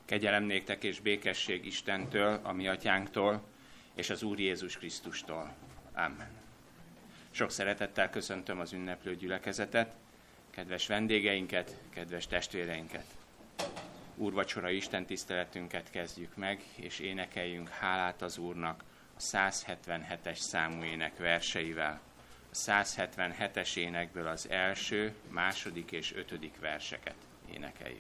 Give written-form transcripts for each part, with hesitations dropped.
Kegyelem néktek és békesség Istentől, a mi atyánktól, és az Úr Jézus Krisztustól. Amen. Sok szeretettel köszöntöm az ünneplő gyülekezetet, kedves vendégeinket, kedves testvéreinket. Úrvacsora Isten tiszteletünket kezdjük meg, és énekeljünk hálát az Úrnak a 177-es számú ének verseivel. A 177-es énekből az első, második és ötödik verseket énekeljük.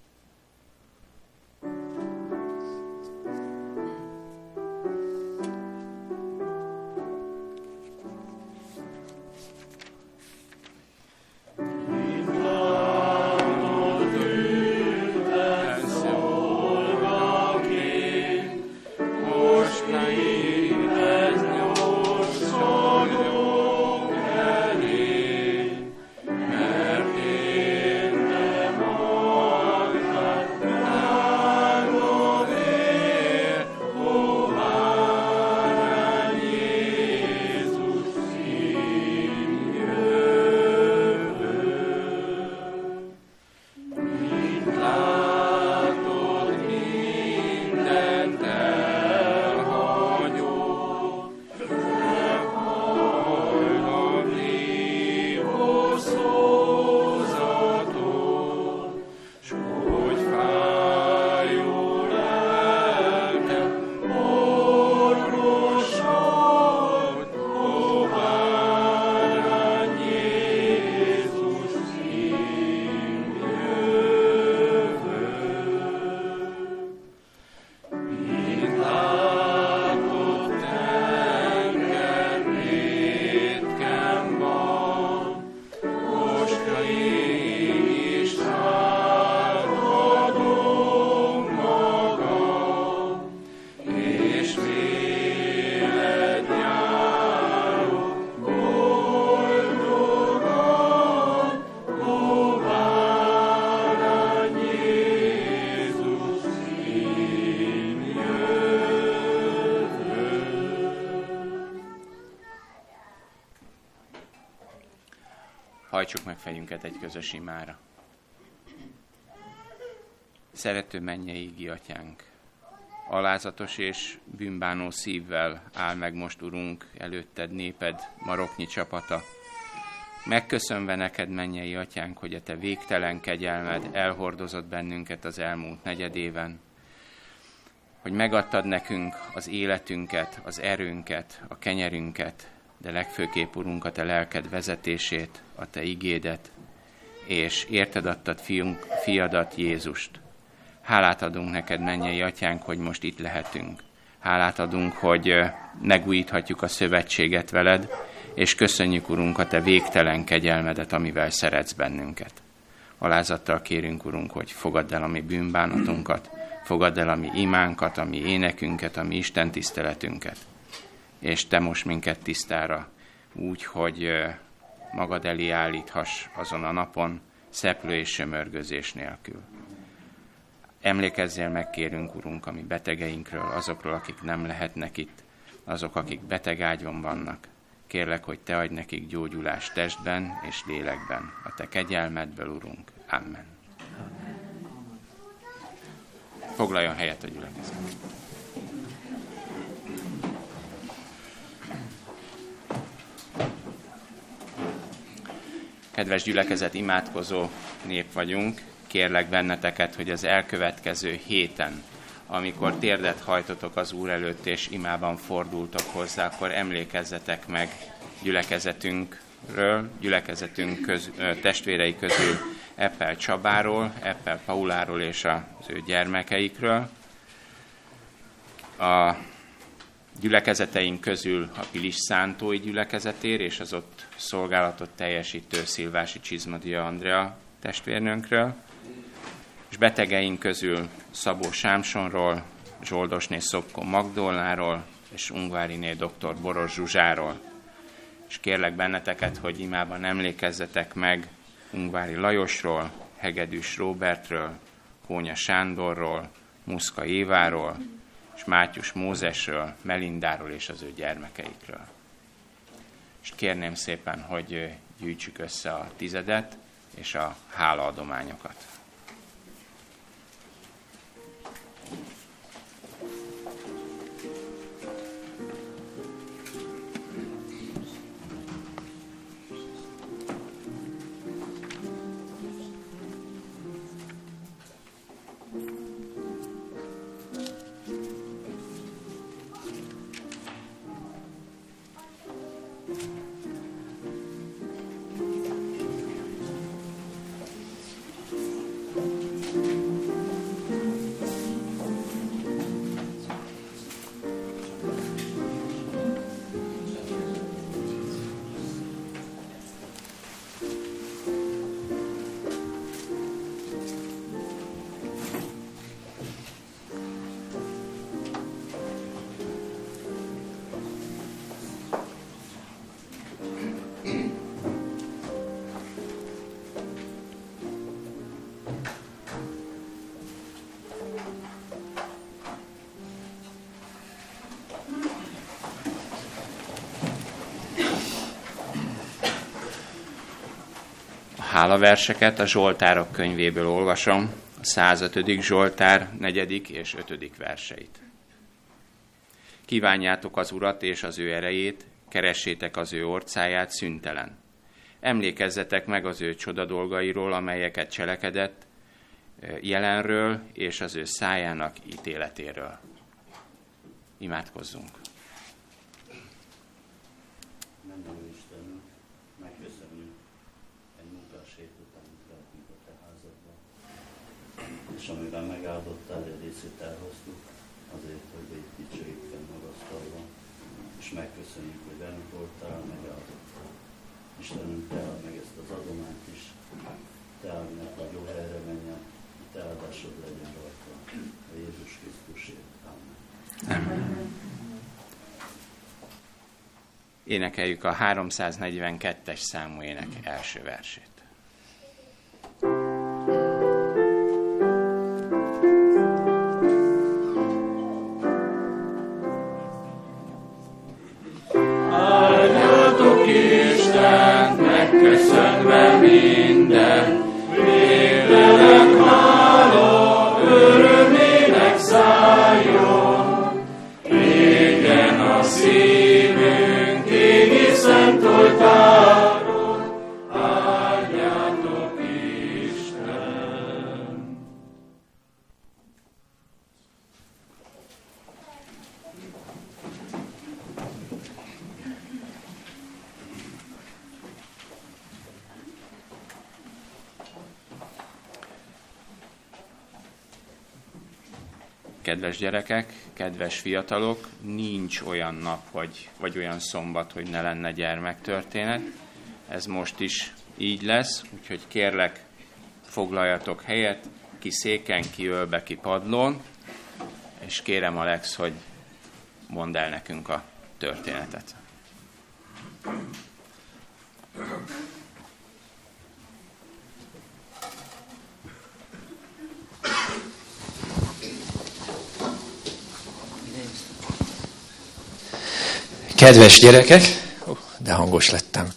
Hajtsuk meg fejünket egy közös imára. Szerető mennyei ígi atyánk, alázatos és bűnbánó szívvel áll meg most, Urunk, előtted néped maroknyi csapata. Megköszönve neked, mennyei atyánk, hogy a te végtelen kegyelmed elhordozott bennünket az elmúlt negyedéven, hogy megadtad nekünk az életünket, az erőnket, a kenyerünket, de legfőképp, Urunk, a te lelked vezetését, a te igédet, és érted adtad fiadat, Jézust. Hálát adunk neked, mennyei atyánk, hogy most itt lehetünk. Hálát adunk, hogy megújíthatjuk a szövetséget veled, és köszönjük, Urunk, a te végtelen kegyelmedet, amivel szeretsz bennünket. Alázattal kérünk, Urunk, hogy fogadd el a mi bűnbánatunkat, fogadd el a mi imánkat, a mi énekünket, a mi Isten tiszteletünket. És te most minket tisztára úgy, hogy magad elé állíthass azon a napon, szeplő és sömörgözés nélkül. Emlékezzél meg, kérünk, Urunk, a mi betegeinkről, azokról, akik nem lehetnek itt, azok, akik betegágyon vannak. Kérlek, hogy te adj nekik gyógyulást testben és lélekben. A te kegyelmedből, Urunk. Amen. Foglaljon helyet a gyülekezet. Kedves gyülekezet, imádkozó nép vagyunk. Kérlek benneteket, hogy az elkövetkező héten, amikor térdet hajtotok az Úr előtt és imában fordultok hozzá, akkor emlékezzetek meg gyülekezetünkről, testvérei közül Eppel Csabáról, Eppel Pauláról és az ő gyermekeikről. A gyülekezeteink közül a Pilis Szántói gyülekezetér és az ott szolgálatot teljesítő Szilvási Csizmadia Andrea testvérnőnkről, és betegeink közül Szabó Sámsonról, Zsoldosné Szopkó Magdolnáról és Ungváriné dr. Boros Zsuzsáról. És kérlek benneteket, hogy imában emlékezzetek meg Ungvári Lajosról, Hegedűs Róbertről, Kónya Sándorról, Muszka Éváról, és Mátyus Mózesről, Melindáról és az ő gyermekeikről. És kérném szépen, hogy gyűjtsük össze a tizedet és a hálaadományokat. Hálaverseket a Zsoltárok könyvéből olvasom, a 105. Zsoltár 4. és 5. verseit. Kívánjátok az Urat és az ő erejét, keressétek az ő orcáját szüntelen. Emlékezzetek meg az ő csodadolgairól, amelyeket cselekedett, jelenről és az ő szájának ítéletéről. Imádkozzunk! És amivel megáldottál, egy részét elhoztuk, azért, hogy egy dicsőjük fenn magasztalva, és megköszönjük, hogy velünk voltál, megáldottál. Istenünk, te áld meg ezt az adományt is, te áld meg, hogy jó helyre menjen, te áldásod legyen rajta, a Jézus Krisztusért. Amen. Énekeljük a 342-es számú ének első versét. Megköszönve minden, végtelen hála, örömének szálljon. Égjen a szívünk, égi szent oltáron, áldjátok Isten. Kedves gyerekek, kedves fiatalok, nincs olyan nap, vagy olyan szombat, hogy ne lenne gyermektörténet. Ez most is így lesz, úgyhogy kérlek, foglaljatok helyet, ki széken, ki ölbe, ki padlón, és kérem Alex, hogy mondd el nekünk a történetet. Kedves gyerekek, de hangos lettem,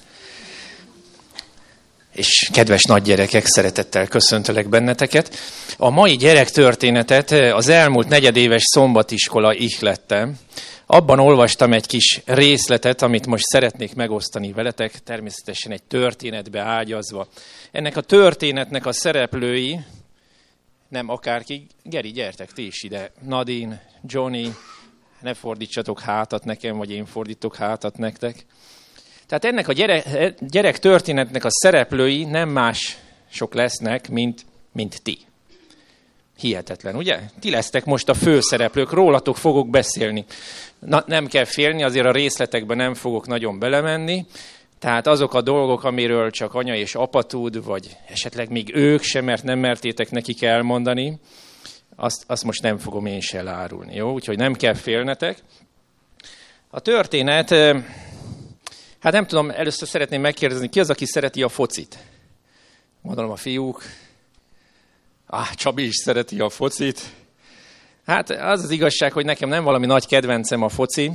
és kedves nagygyerekek, szeretettel köszöntelek benneteket. A mai gyerektörténetet az elmúlt negyedéves szombatiskola ihlettem. Abban olvastam egy kis részletet, amit most szeretnék megosztani veletek, természetesen egy történetbe ágyazva. Ennek a történetnek a szereplői, nem akárki, Geri, gyertek ti is ide, Nadine, Johnny, ne fordítsatok hátat nekem, vagy én fordítok hátat nektek. Tehát ennek a gyerek történetnek a szereplői nem mások lesznek, mint ti. Hihetetlen, ugye? Ti lesztek most a főszereplők, rólatok fogok beszélni. Na, nem kell félni, azért a részletekben nem fogok nagyon belemenni. Tehát azok a dolgok, amiről csak anya és apa tud, vagy esetleg még ők sem, mert nem mertétek nekik elmondani, azt most nem fogom én se elárulni, jó? Úgyhogy nem kell félnetek. A történet, hát nem tudom, először szeretném megkérdezni, ki az, aki szereti a focit? Gondolom a fiúk. Csabi is szereti a focit. Hát az az igazság, hogy nekem nem valami nagy kedvencem a foci.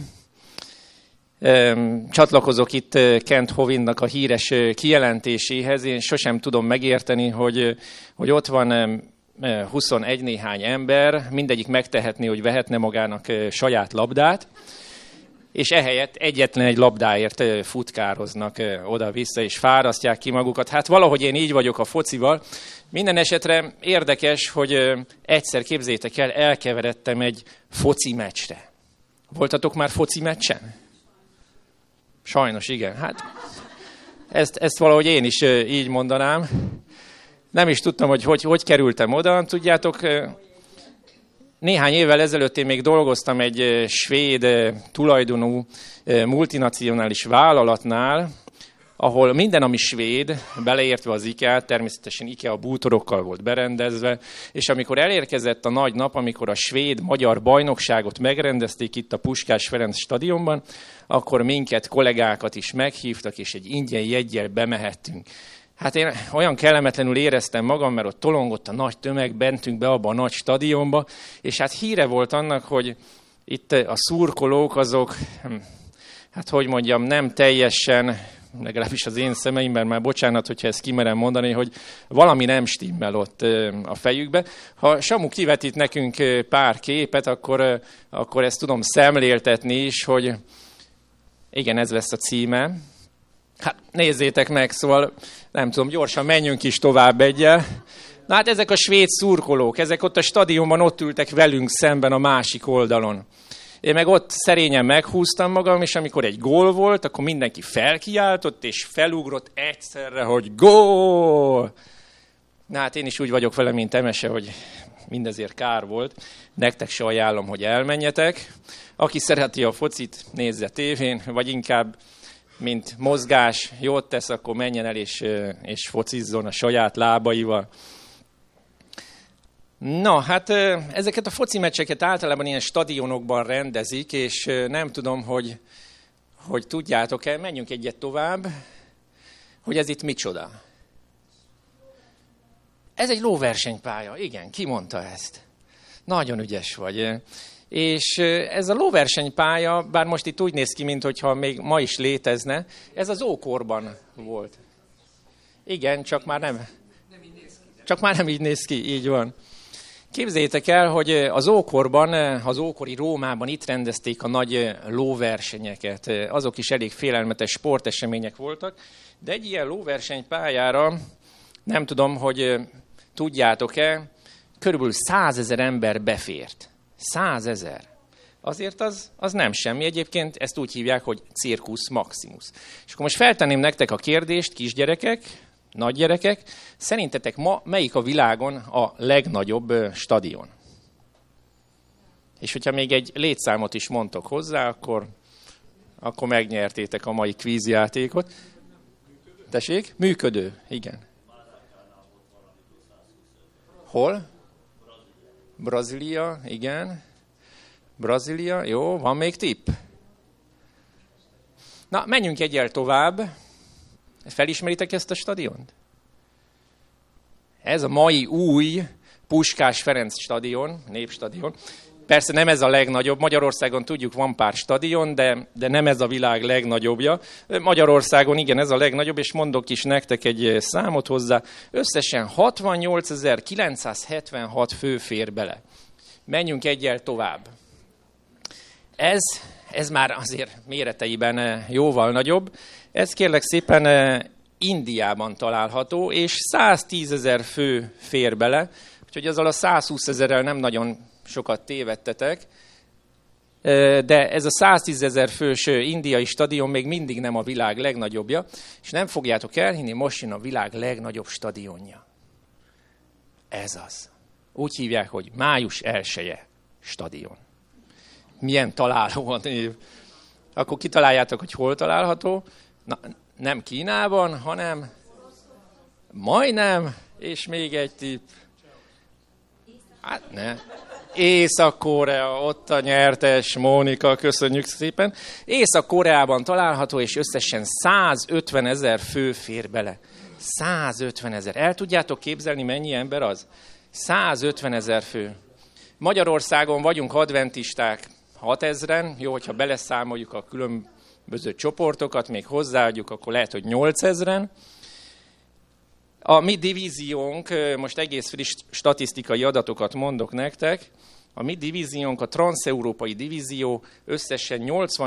Csatlakozok itt Kent Hovinnak a híres kijelentéséhez. Én sosem tudom megérteni, hogy ott van 21 néhány ember, mindegyik megtehetné, hogy vehetne magának saját labdát, és ehelyett egyetlen egy labdáért futkároznak oda-vissza, és fárasztják ki magukat. Hát valahogy én így vagyok a focival. Minden esetre érdekes, hogy egyszer, képzétek el, elkeveredtem egy foci meccsre. Voltatok már foci meccsen? Sajnos igen. Hát ezt valahogy én is így mondanám. Nem is tudtam, hogy kerültem oda. Tudjátok, néhány évvel ezelőtt én még dolgoztam egy svéd tulajdonú multinacionális vállalatnál, ahol minden, ami svéd, beleértve az IKEA-t, természetesen IKEA bútorokkal volt berendezve, és amikor elérkezett a nagy nap, amikor a svéd-magyar bajnokságot megrendezték itt a Puskás Ferenc stadionban, akkor minket, kollégákat is meghívtak, és egy ingyen jeggyel bemehettünk. Hát én olyan kellemetlenül éreztem magam, mert ott tolongott a nagy tömeg, bentünk be abba a nagy stadionba, és hát híre volt annak, hogy itt a szurkolók azok, hát hogy mondjam, nem teljesen, legalábbis az én szemeimben, már bocsánat, hogyha ezt kimerem mondani, hogy valami nem stimmel ott a fejükbe. Ha Samu kivetít nekünk pár képet, akkor ezt tudom szemléltetni is, hogy igen, ez lesz a címe. Hát nézzétek meg, szóval nem tudom, gyorsan menjünk is tovább egyel. Na hát ezek a svéd szurkolók, ezek ott a stadionban ott ültek velünk szemben a másik oldalon. Én meg ott szerényen meghúztam magam, és amikor egy gól volt, akkor mindenki felkiáltott, és felugrott egyszerre, hogy gól! Na hát én is úgy vagyok vele, mint Emese, hogy mindezért kár volt. Nektek se ajánlom, hogy elmenjetek. Aki szereti a focit, nézze tévén, vagy inkább mint mozgás jót tesz, akkor menjen el és focizzon a saját lábaival. Na, hát ezeket a foci meccseket általában ilyen stadionokban rendezik, és nem tudom, hogy tudjátok-e, menjünk egyet tovább, hogy ez itt micsoda. Ez egy lóversenypálya, igen, ki mondta ezt? Nagyon ügyes vagy. És ez a lóversenypálya, bár most itt úgy néz ki, mintha még ma is létezne, ez az ókorban volt. Igen, csak már nem így néz ki, így van. Képzeljétek el, hogy az ókorban, az ókori Rómában itt rendezték a nagy lóversenyeket. Azok is elég félelmetes sportesemények voltak, de egy ilyen lóversenypályára, nem tudom, hogy tudjátok-e, körülbelül 100 000 ember befért. 100 000. Azért az nem semmi. Egyébként ezt úgy hívják, hogy circus maximus. És akkor most feltenném nektek a kérdést, kisgyerekek, nagygyerekek, szerintetek ma melyik a világon a legnagyobb stadion? És hogyha még egy létszámot is mondtok hozzá, akkor megnyertétek a mai kvízjátékot. Tessék? Működő, igen. Hol? Brazília, igen. Brazília, jó, van még tipp? Na, menjünk egyel tovább. Felismeritek ezt a stadiont? Ez a mai új Puskás Ferenc stadion, népstadion. Persze nem ez a legnagyobb. Magyarországon tudjuk, van pár stadion, de nem ez a világ legnagyobbja. Magyarországon igen, ez a legnagyobb, és mondok is nektek egy számot hozzá. Összesen 68.976 fő fér bele. Menjünk egyel tovább. Ez már azért méreteiben jóval nagyobb. Ez kérlek szépen Indiában található, és 110 000 fő fér bele, úgyhogy azzal a 120 000-rel nem nagyon sokat tévedtetek, de ez a 110 000 fős indiai stadion még mindig nem a világ legnagyobbja, és nem fogjátok elhinni, most jön a világ legnagyobb stadionja. Ez az. Úgy hívják, hogy május 1-je stadion. Milyen találó név. Akkor kitaláljátok, hogy hol található. Na, nem Kínában, hanem majdnem, és még egy tipp. Hát ne. Észak-Korea, ott a nyertes, Mónika, köszönjük szépen. Észak-Koreában található, és összesen 150 000 fő fér bele. 150 000. El tudjátok képzelni, mennyi ember az? 150 000 fő. Magyarországon vagyunk adventisták 6 000-en, jó, hogyha beleszámoljuk a különböző csoportokat, még hozzáadjuk, akkor lehet, hogy 8 000-en. A mi divíziónk, most egész friss statisztikai adatokat mondok nektek, a mi divíziónk, a transzeurópai divízió összesen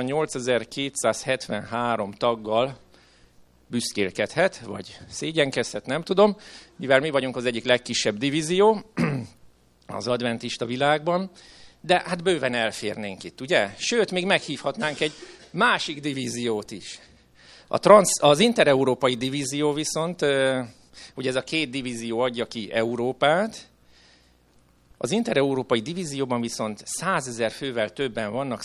88.273 taggal büszkélkedhet, vagy szégyenkezhet, nem tudom, mivel mi vagyunk az egyik legkisebb divízió az adventista világban, de hát bőven elférnénk itt, ugye? Sőt, még meghívhatnánk egy másik divíziót is. Az intereurópai divízió viszont, ugye ez a két divízió adja ki Európát, az intereurópai divízióban viszont 100 000 fővel többen vannak,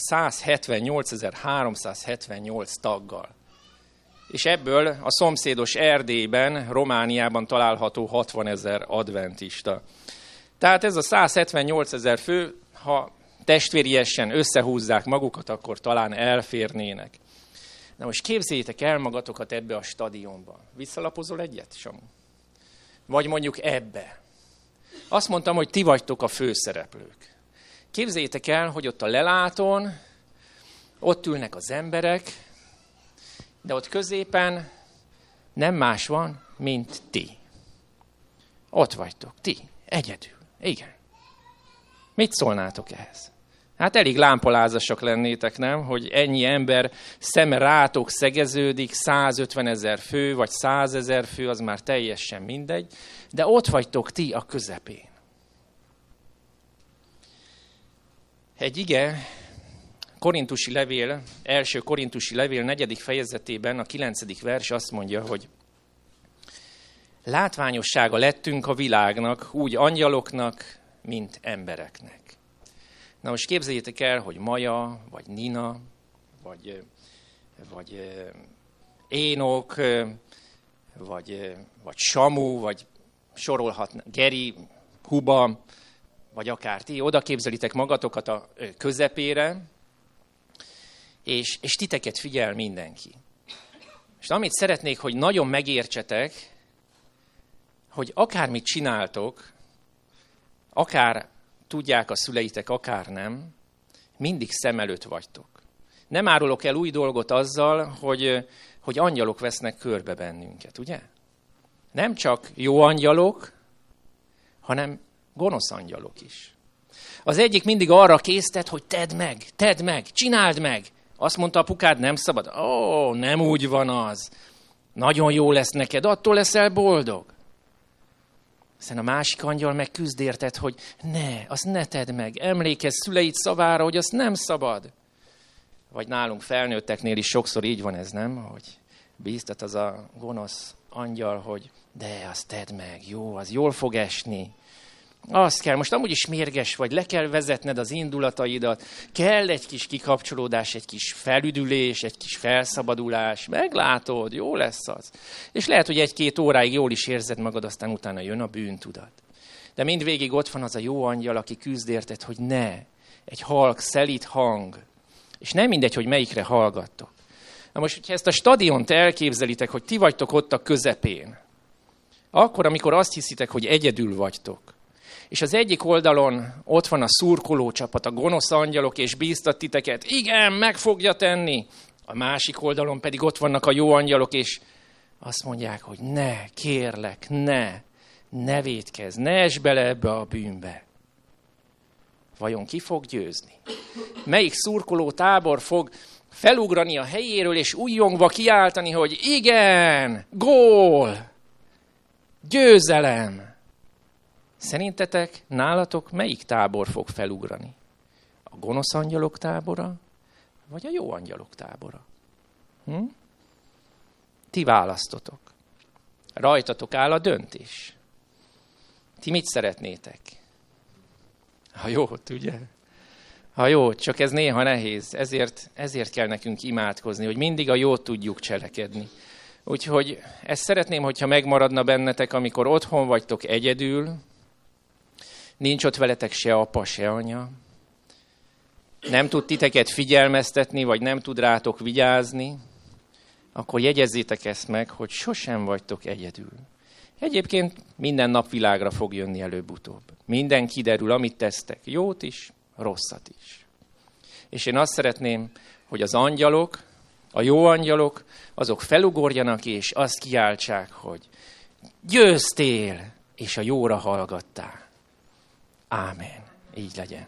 178.378 taggal. És ebből a szomszédos Erdélyben, Romániában található 60 000 adventista. Tehát ez a 178 000 fő, ha testvériesen összehúzzák magukat, akkor talán elférnének. Na most képzeljétek el magatokat ebbe a stadionba. Visszalapozol egyet, Samu? Vagy mondjuk ebbe. Azt mondtam, hogy ti vagytok a főszereplők. Képzeljétek el, hogy ott a lelátón, ott ülnek az emberek, de ott középen nem más van, mint ti. Ott vagytok, ti, egyedül. Igen. Mit szólnátok ehhez? Hát elég lámpalázasak lennétek, nem? Hogy ennyi ember szeme rátok szegeződik, 150 000 fő, vagy 100 000 fő, az már teljesen mindegy, de ott vagytok ti a közepén. Egy ige, Korintusi levél, első Korintusi levél 4. fejezetében a 9. vers azt mondja, hogy látványossága lettünk a világnak, úgy angyaloknak, mint embereknek. Na most képzeljétek el, hogy Maja, vagy Nina, vagy Énok, vagy Samu, vagy sorolhatna Geri, Huba, vagy akár ti, oda képzelitek magatokat a közepére, és titeket figyel mindenki. És amit szeretnék, hogy nagyon megértsetek, hogy akármit csináltok, akár tudják a szüleitek, akár nem, mindig szem előtt vagytok. Nem árulok el új dolgot azzal, hogy angyalok vesznek körbe bennünket, ugye? Nem csak jó angyalok, hanem gonosz angyalok is. Az egyik mindig arra késztet, hogy tedd meg, csináld meg. Azt mondta apukád, nem szabad. Ó, nem úgy van az. Nagyon jó lesz neked, attól leszel boldog. Aztán a másik angyal meg küzd érted, hogy azt ne tedd meg. Emlékezz szüleid szavára, hogy azt nem szabad. Vagy nálunk felnőtteknél is sokszor így van ez, nem? Hogy bíztat az a gonosz angyal, hogy de azt tedd meg, jó, az jól fog esni. Azt kell, most amúgy is mérges vagy, le kell vezetned az indulataidat, kell egy kis kikapcsolódás, egy kis felüdülés, egy kis felszabadulás, meglátod, jó lesz az. És lehet, hogy 1-2 óráig jól is érzed magad, aztán utána jön a bűntudat. De mindvégig ott van az a jó angyal, aki küzd érted, hogy egy halk, szelíd hang, és nem mindegy, hogy melyikre hallgattok. Na most, hogyha ezt a stadiont elképzelitek, hogy ti vagytok ott a közepén, akkor, amikor azt hiszitek, hogy egyedül vagytok, és az egyik oldalon ott van a szurkoló csapat, a gonosz angyalok, és bíztat titeket, igen, meg fogja tenni. A másik oldalon pedig ott vannak a jó angyalok, és azt mondják, hogy kérlek, ne vétkezz, ne esd bele ebbe a bűnbe. Vajon ki fog győzni? Melyik szurkoló tábor fog felugrani a helyéről, és újjongva kiáltani, hogy igen, gól, győzelem. Szerintetek nálatok melyik tábor fog felugrani? A gonosz angyalok tábora, vagy a jó angyalok tábora? Ti választotok. Rajtatok áll a döntés. Ti mit szeretnétek? Ha jót, ugye? Ha jót, csak ez néha nehéz. Ezért kell nekünk imádkozni, hogy mindig a jót tudjuk cselekedni. Úgyhogy ezt szeretném, hogyha megmaradna bennetek, amikor otthon vagytok egyedül, nincs ott veletek se apa, se anya, nem tud titeket figyelmeztetni, vagy nem tud rátok vigyázni, akkor jegyezzétek ezt meg, hogy sosem vagytok egyedül. Egyébként minden nap világra fog jönni előbb-utóbb. Minden kiderül, amit tesztek, jót is, rosszat is. És én azt szeretném, hogy az angyalok, a jó angyalok, azok felugorjanak, és azt kiáltsák, hogy győztél, és a jóra hallgattál. Ámen. Így legyen.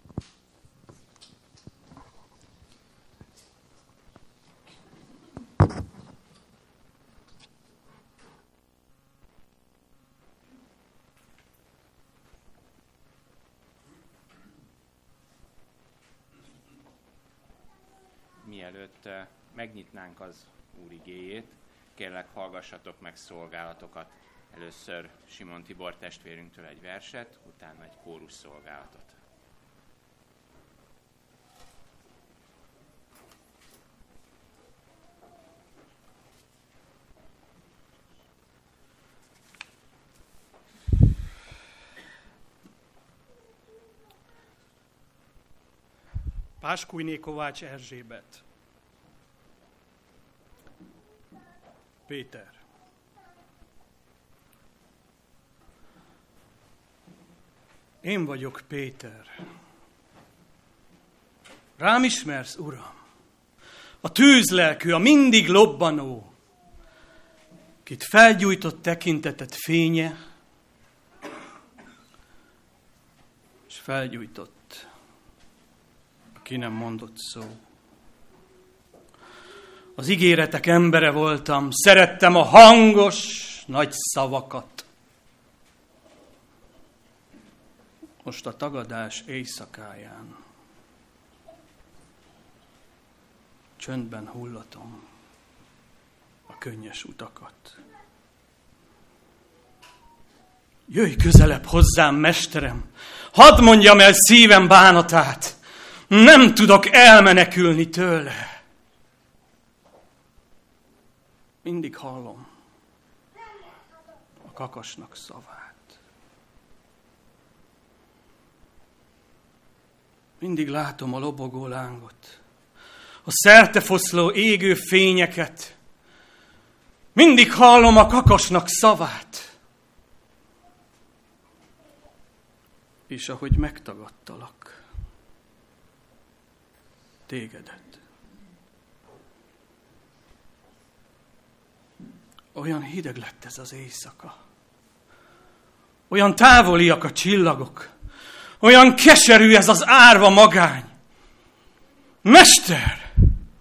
Mielőtt megnyitnánk az Úr igéjét, kérlek hallgassatok meg szolgálatokat. Először Simon Tibor testvérünktől egy verset, utána egy kórus szolgálatot. Páskújné Kovács Erzsébet. Péter. Én vagyok Péter. Rám ismersz, Uram, a tűzlelkű, a mindig lobbanó, kit felgyújtott tekintetet fénye, és felgyújtott, aki nem mondott szó. Az ígéretek embere voltam, szerettem a hangos, nagy szavakat. Most a tagadás éjszakáján csöndben hullatom a könnyes utakat. Jöjj közelebb hozzám, mesterem, hadd mondjam el szívem bánatát, nem tudok elmenekülni tőle. Mindig hallom a kakasnak szavát. Mindig látom a lobogó lángot, a szertefoszló égő fényeket. Mindig hallom a kakasnak szavát. És ahogy megtagadtalak, tégedet. Olyan hideg lett ez az éjszaka. Olyan távoliak a csillagok. Olyan keserű ez az árva magány. Mester!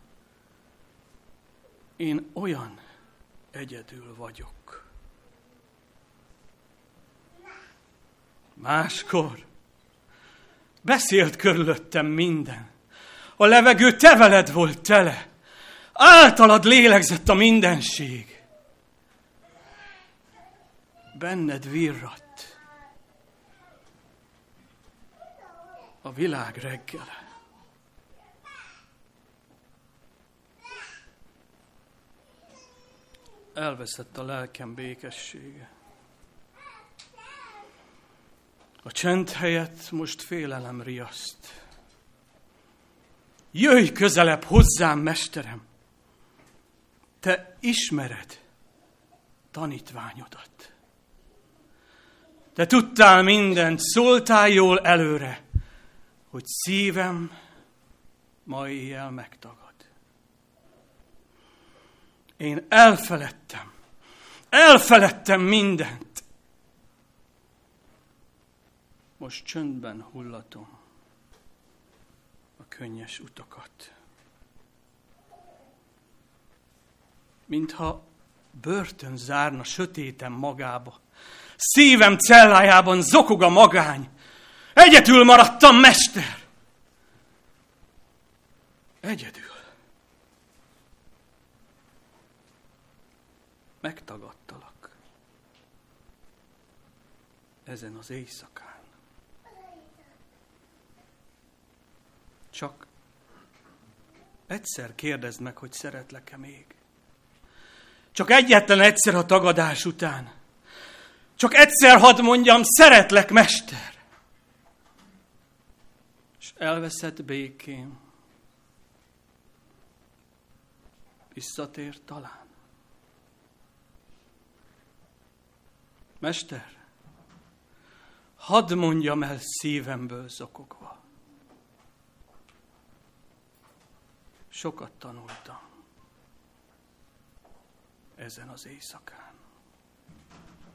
Én olyan egyedül vagyok. Máskor beszélt körülöttem minden. A levegő te veled volt tele. Általad lélegzett a mindenség. Benned virradt a világ reggele. Elveszett a lelkem békessége. A csend helyett most félelem riaszt. Jöjj közelebb hozzám, mesterem! Te ismered tanítványodat. Te tudtál mindent, szóltál jól előre, hogy szívem ma éjjel megtagad. Én elfeledtem mindent. Most csöndben hullatom a könnyes utakat. Mintha börtön zárna sötéten magába. Szívem cellájában zokog a magány. Egyedül maradtam, mester. Egyedül. Megtagadtalak. Ezen az éjszakán. Csak egyszer kérdezd meg, hogy szeretlek-e még. Csak egyetlen egyszer a tagadás után. Csak egyszer hadd mondjam, szeretlek, mester. És elveszett békém. Visszatér talán. Mester, hadd mondjam el szívemből zokogva. Sokat tanultam ezen az éjszakán.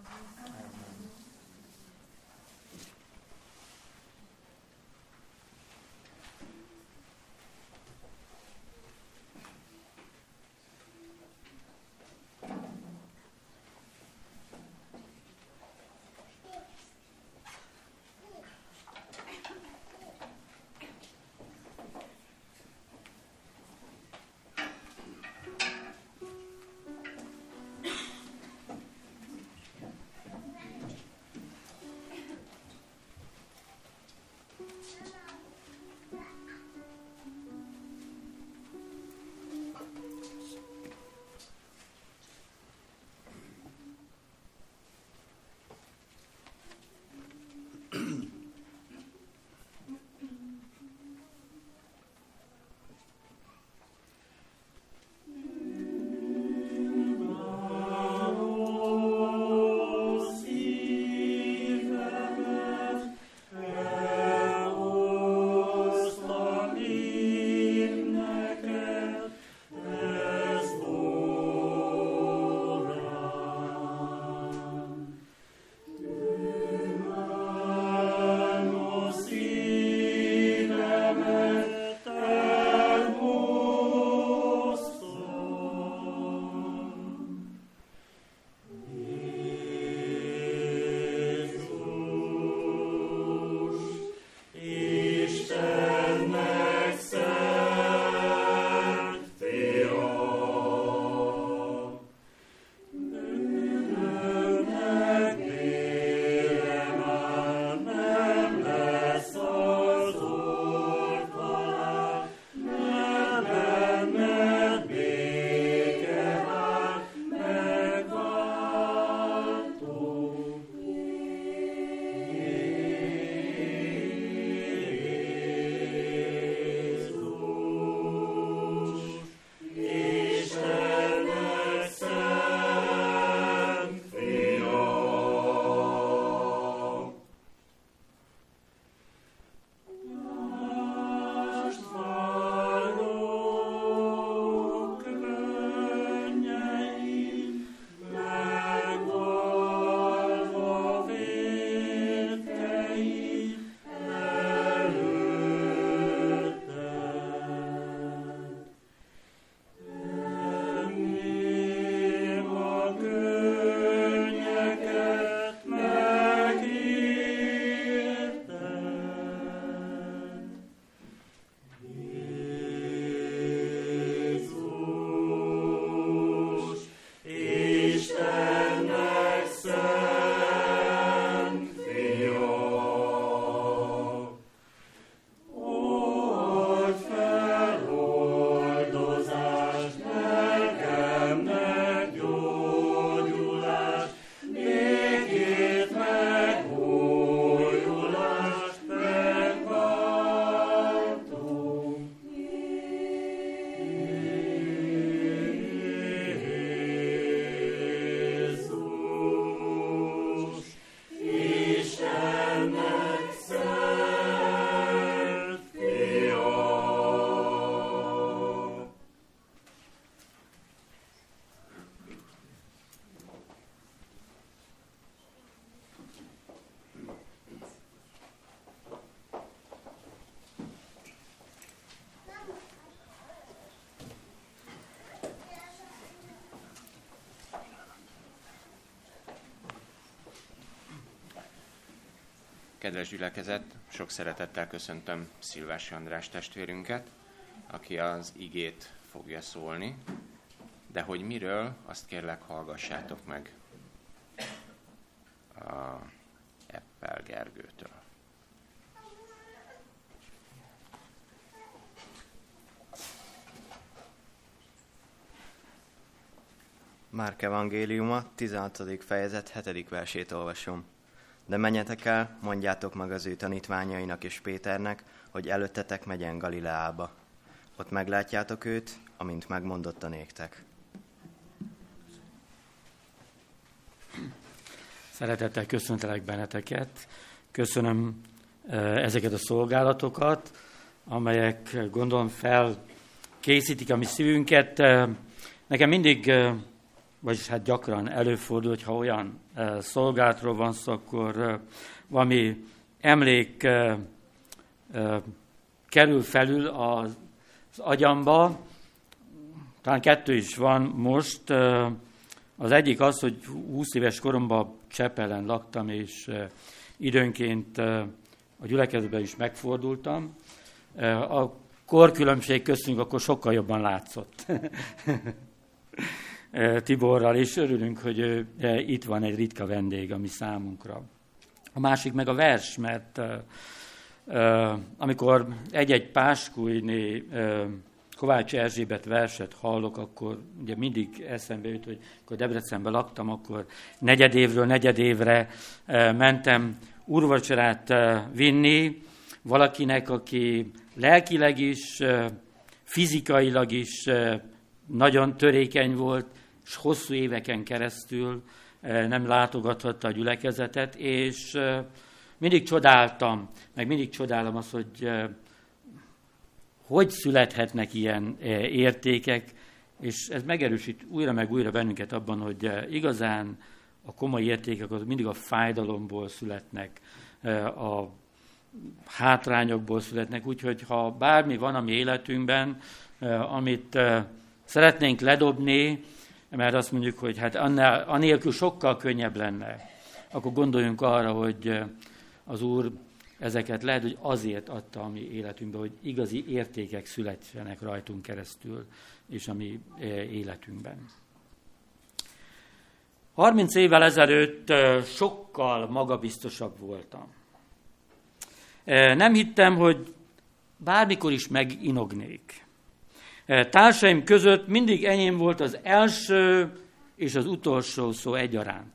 Kedves gyülekezet, sok szeretettel köszöntöm Szilvási András testvérünket, aki az igét fogja szólni, de hogy miről, azt kérlek hallgassátok meg a Eppel Gergőtől. Márk evangéliuma, 16. fejezet, 7. versét olvasom. De menjetek el, mondjátok meg az ő tanítványainak és Péternek, hogy előttetek megyen Galileába. Ott meglátjátok őt, amint megmondotta néktek. Szeretettel köszöntelek benneteket. Köszönöm ezeket a szolgálatokat, amelyek gondolom felkészítik a mi szívünket. Nekem mindig vagyis hát gyakran előfordul, hogy ha olyan szolgálatról van szó, akkor valami emlék kerül felül az agyamba. Talán 2 is van most. Az egyik az, hogy 20 éves koromban Csepelen laktam, és időnként a gyülekezetben is megfordultam. A korkülönbség köztünk akkor sokkal jobban látszott Tiborral, és örülünk, hogy itt van egy ritka vendég a mi számunkra. A másik meg a vers, mert amikor egy-egy Páskújné Kovács Erzsébet verset hallok, akkor ugye mindig eszembe jut, hogy amikor Debrecenben laktam, akkor negyedévről negyedévre mentem úrvacsorát vinni valakinek, aki lelkileg is, fizikailag is nagyon törékeny volt, és hosszú éveken keresztül nem látogathatta a gyülekezetet, és mindig csodáltam, meg mindig csodálom azt, hogy születhetnek ilyen értékek, és ez megerősít újra meg újra bennünket abban, hogy igazán a komoly értékek az mindig a fájdalomból születnek, a hátrányokból születnek, úgyhogy ha bármi van a mi életünkben, amit szeretnénk ledobni, mert azt mondjuk, hogy hát anélkül sokkal könnyebb lenne, akkor gondoljunk arra, hogy az Úr ezeket lehet, hogy azért adta a mi életünkbe, hogy igazi értékek születsenek rajtunk keresztül, és a mi életünkben. 30 évvel ezelőtt sokkal magabiztosabb voltam. Nem hittem, hogy bármikor is meginognék. Társaim között mindig enyém volt az első és az utolsó szó egyaránt.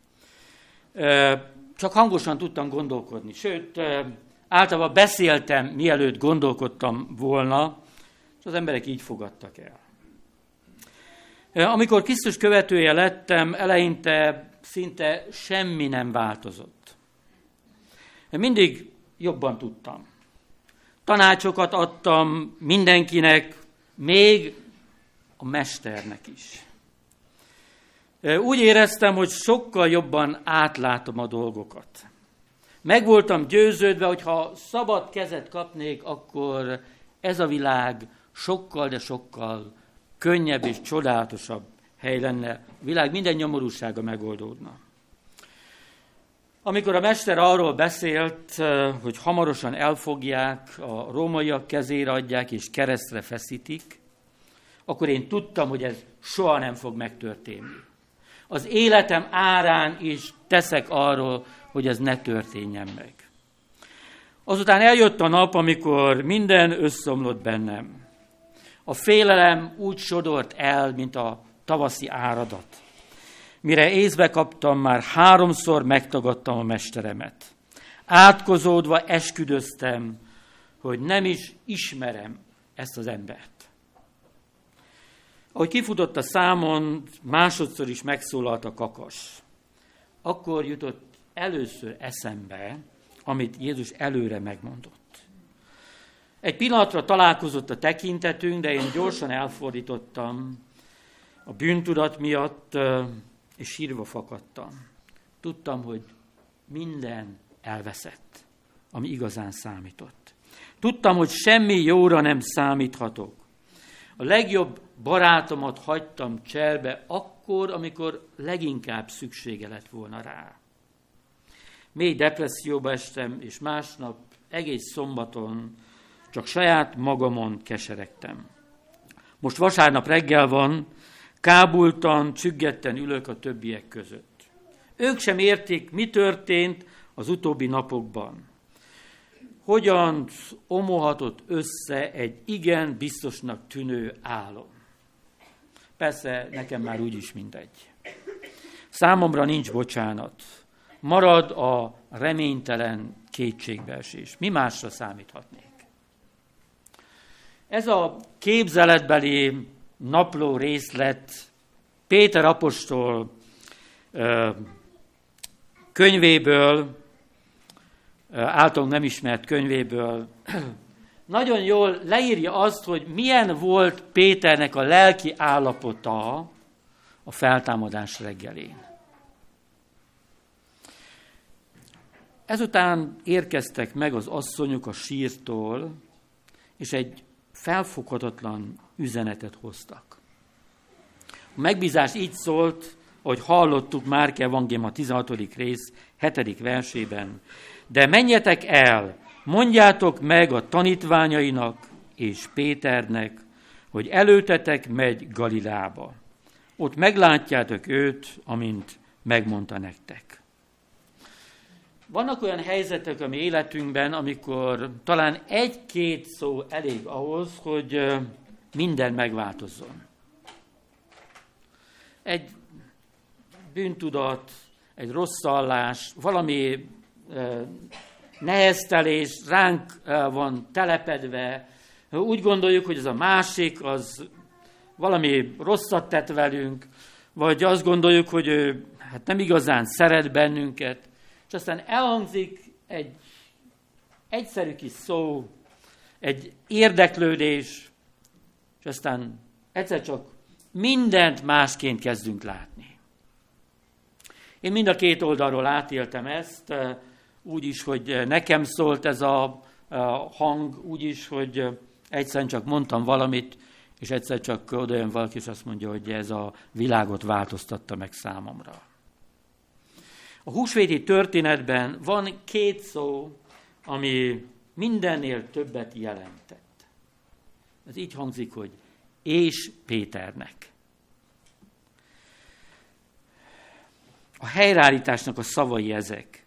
Csak hangosan tudtam gondolkodni, sőt, általában beszéltem, mielőtt gondolkodtam volna, és az emberek így fogadtak el. Amikor Krisztus követője lettem, eleinte szinte semmi nem változott. Mindig jobban tudtam. Tanácsokat adtam mindenkinek, még a mesternek is. Úgy éreztem, hogy sokkal jobban átlátom a dolgokat. Meg voltam győződve, hogy ha szabad kezet kapnék, akkor ez a világ sokkal, de sokkal könnyebb és csodálatosabb hely lenne. A világ minden nyomorúsága megoldódna. Amikor a mester arról beszélt, hogy hamarosan elfogják, a rómaiak kezére adják és keresztre feszítik, akkor én tudtam, hogy ez soha nem fog megtörténni. Az életem árán is teszek arról, hogy ez ne történjen meg. Azután eljött a nap, amikor minden összeomlott bennem. A félelem úgy sodort el, mint a tavaszi áradat. Mire észbe kaptam, már 3-szor megtagadtam a mesteremet. Átkozódva esküdöztem, hogy nem is ismerem ezt az embert. Ahogy kifutott a számon, másodszor is megszólalt a kakas. Akkor jutott először eszembe, amit Jézus előre megmondott. Egy pillanatra találkozott a tekintetünk, de én gyorsan elfordítottam a bűntudat miatt, és sírva fakadtam. Tudtam, hogy minden elveszett, ami igazán számított. Tudtam, hogy semmi jóra nem számíthatok. A legjobb barátomat hagytam cserbe akkor, amikor leginkább szüksége lett volna rá. Mély depresszióba estem, és másnap egész szombaton csak saját magamon keseregtem. Most vasárnap reggel van, kábultan, csüggetten ülök a többiek között. Ők sem értik, mi történt az utóbbi napokban. Hogyan omolhatott össze egy igen biztosnak tűnő álom. Persze, nekem már úgyis mindegy. Számomra nincs bocsánat. Marad a reménytelen kétségbeesés. Mi másra számíthatnék? Ez a képzeletbeli napló részlet Péter apostol könyvéből, általunk nem ismert könyvéből, nagyon jól leírja azt, hogy milyen volt Péternek a lelki állapota, a feltámadás reggelén. Ezután érkeztek meg az asszonyok a sírtól, és egy felfoghatatlan üzenetet hoztak. A megbízás így szólt, ahogy hallottuk Márk evangéliuma 16. rész 7. versében. De menjetek el, mondjátok meg a tanítványainak és Péternek, hogy előtetek megy Galileába. Ott meglátjátok őt, amint megmondta nektek. Vannak olyan helyzetek a mi életünkben, amikor talán egy-két szó elég ahhoz, hogy minden megváltozzon. Egy bűntudat, egy rosszallás, valami neheztelés ránk van telepedve, úgy gondoljuk, hogy ez a másik, az valami rosszat tett velünk, vagy azt gondoljuk, hogy ő hát nem igazán szeret bennünket, és aztán elhangzik egy egyszerű kis szó, egy érdeklődés, és aztán egyszer csak mindent másként kezdünk látni. Én mind a két oldalról átéltem ezt, úgy is, hogy nekem szólt ez a hang, úgy is, hogy egyszer csak mondtam valamit, és egyszer csak odajön valaki, és azt mondja, hogy ez a világot változtatta meg számomra. A húsvéti történetben van két szó, ami mindennél többet jelentett. Ez így hangzik, hogy és Péternek. A helyreállításnak a szavai ezek.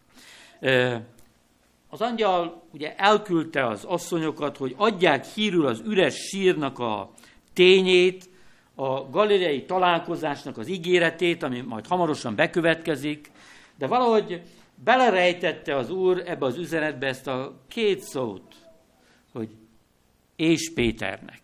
Az angyal ugye elküldte az asszonyokat, hogy adják hírül az üres sírnak a tényét, a galileai találkozásnak az ígéretét, ami majd hamarosan bekövetkezik, de valahogy belerejtette az Úr ebbe az üzenetbe ezt a két szót, hogy és Péternek.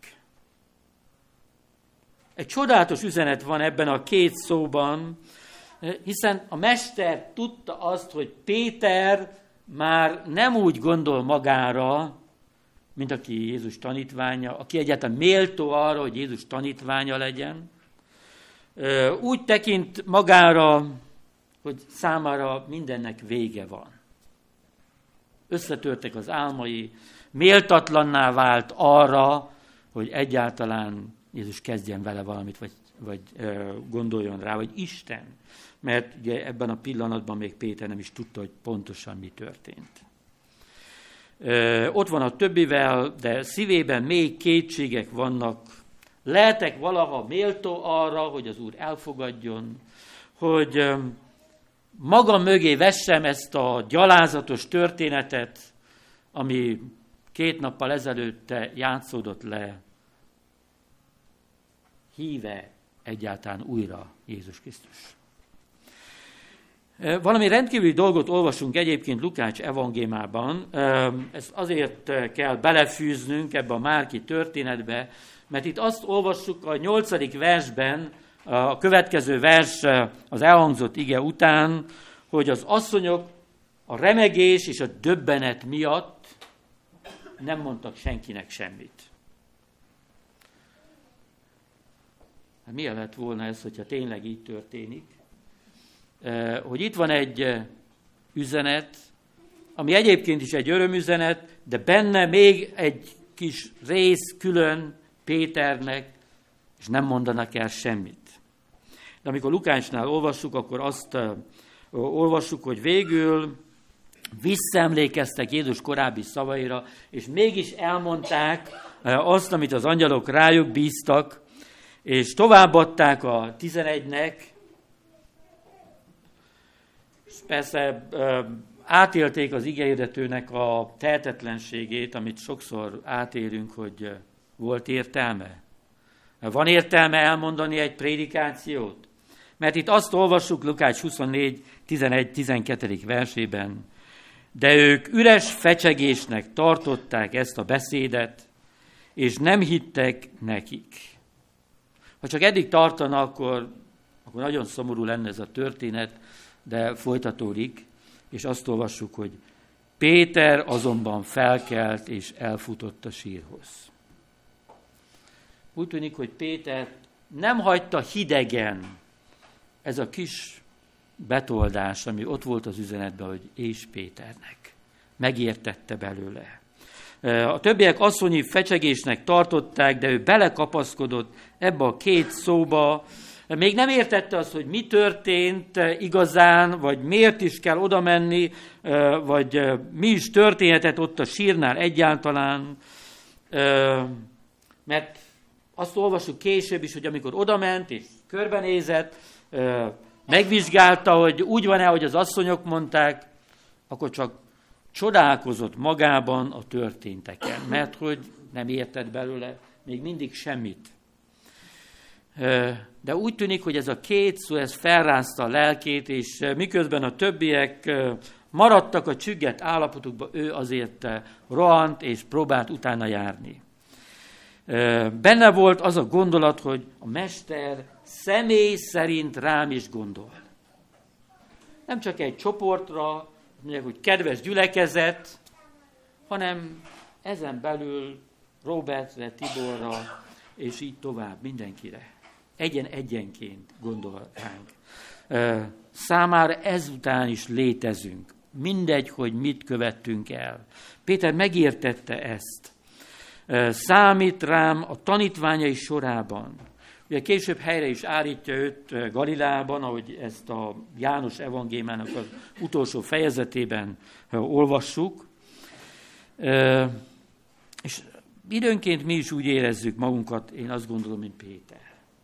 Egy csodálatos üzenet van ebben a két szóban, hiszen a mester tudta azt, hogy Péter már nem úgy gondol magára, mint aki Jézus tanítványa, aki egyáltalán méltó arra, hogy Jézus tanítványa legyen. Úgy tekint magára, hogy számára mindennek vége van. Összetörtek az álmai, méltatlanná vált arra, hogy egyáltalán Jézus kezdjen vele valamit, vagy gondoljon rá, vagy Isten. Mert ugye ebben a pillanatban még Péter nem is tudta, hogy pontosan mi történt. Ott van a többivel, de szívében még kétségek vannak. Lehetek valaha méltó arra, hogy az Úr elfogadjon, hogy maga mögé vessem ezt a gyalázatos történetet, ami 2 nappal ezelőtte játszódott le. Híve egyáltalán újra Jézus Krisztus. Valami rendkívüli dolgot olvasunk egyébként Lukács evangéliumában, ezt azért kell belefűznünk ebbe a Márki történetbe, mert itt azt olvassuk a 8. versben, a következő vers az elhangzott ige után, hogy az asszonyok a remegés és a döbbenet miatt nem mondtak senkinek semmit. Hát milyen lett volna ez, hogyha tényleg így történik? Hogy itt van egy üzenet, ami egyébként is egy örömüzenet, de benne még egy kis rész külön Péternek, és nem mondanak el semmit. De amikor Lukácsnál olvassuk, akkor azt olvassuk, hogy végül visszaemlékeztek Jézus korábbi szavaira, és mégis elmondták azt, amit az angyalok rájuk bíztak, és továbbadták a 11-nek, és persze átélték az igehirdetőnek a tehetetlenségét, amit sokszor átélünk, hogy volt értelme. Van értelme elmondani egy prédikációt? Mert itt azt olvassuk Lukács 24, 11-12. versében, de ők üres fecsegésnek tartották ezt a beszédet, és nem hittek nekik. Ha csak eddig tartana, akkor nagyon szomorú lenne ez a történet, de folytatódik, és azt olvassuk, hogy Péter azonban felkelt, és elfutott a sírhoz. Úgy tűnik, hogy Péter nem hagyta hidegen ez a kis betoldás, ami ott volt az üzenetben, hogy és Péternek. Megértette belőle. A többiek asszonyi fecsegésnek tartották, de ő belekapaszkodott ebbe a két szóba. Még nem értette azt, hogy mi történt igazán, vagy miért is kell oda menni, vagy mi is történhetett ott a sírnál egyáltalán. Mert azt olvassuk később is, hogy amikor odament és körbenézett, megvizsgálta, hogy úgy van-e, hogy az asszonyok mondták, akkor csak csodálkozott magában a történteken, mert hogy nem értett belőle még mindig semmit. De úgy tűnik, hogy ez a két szó, ez felrázta a lelkét, és miközben a többiek maradtak a csüggett állapotukban, ő azért rohant és próbált utána járni. Benne volt az a gondolat, hogy a mester személy szerint rám is gondol. Nem csak egy csoportra, mondják, hogy kedves gyülekezet, hanem ezen belül Robertre, Tiborra, és így tovább, mindenkire. Egyenként gondol ránk. Számára ezután is létezünk. Mindegy, hogy mit követtünk el. Péter megértette ezt. Számít rám a tanítványai sorában. Ugye később helyre is állítja őt Galileában, ahogy ezt a János evangéliumának az utolsó fejezetében olvassuk. És időnként mi is úgy érezzük magunkat, én azt gondolom, mint Péter.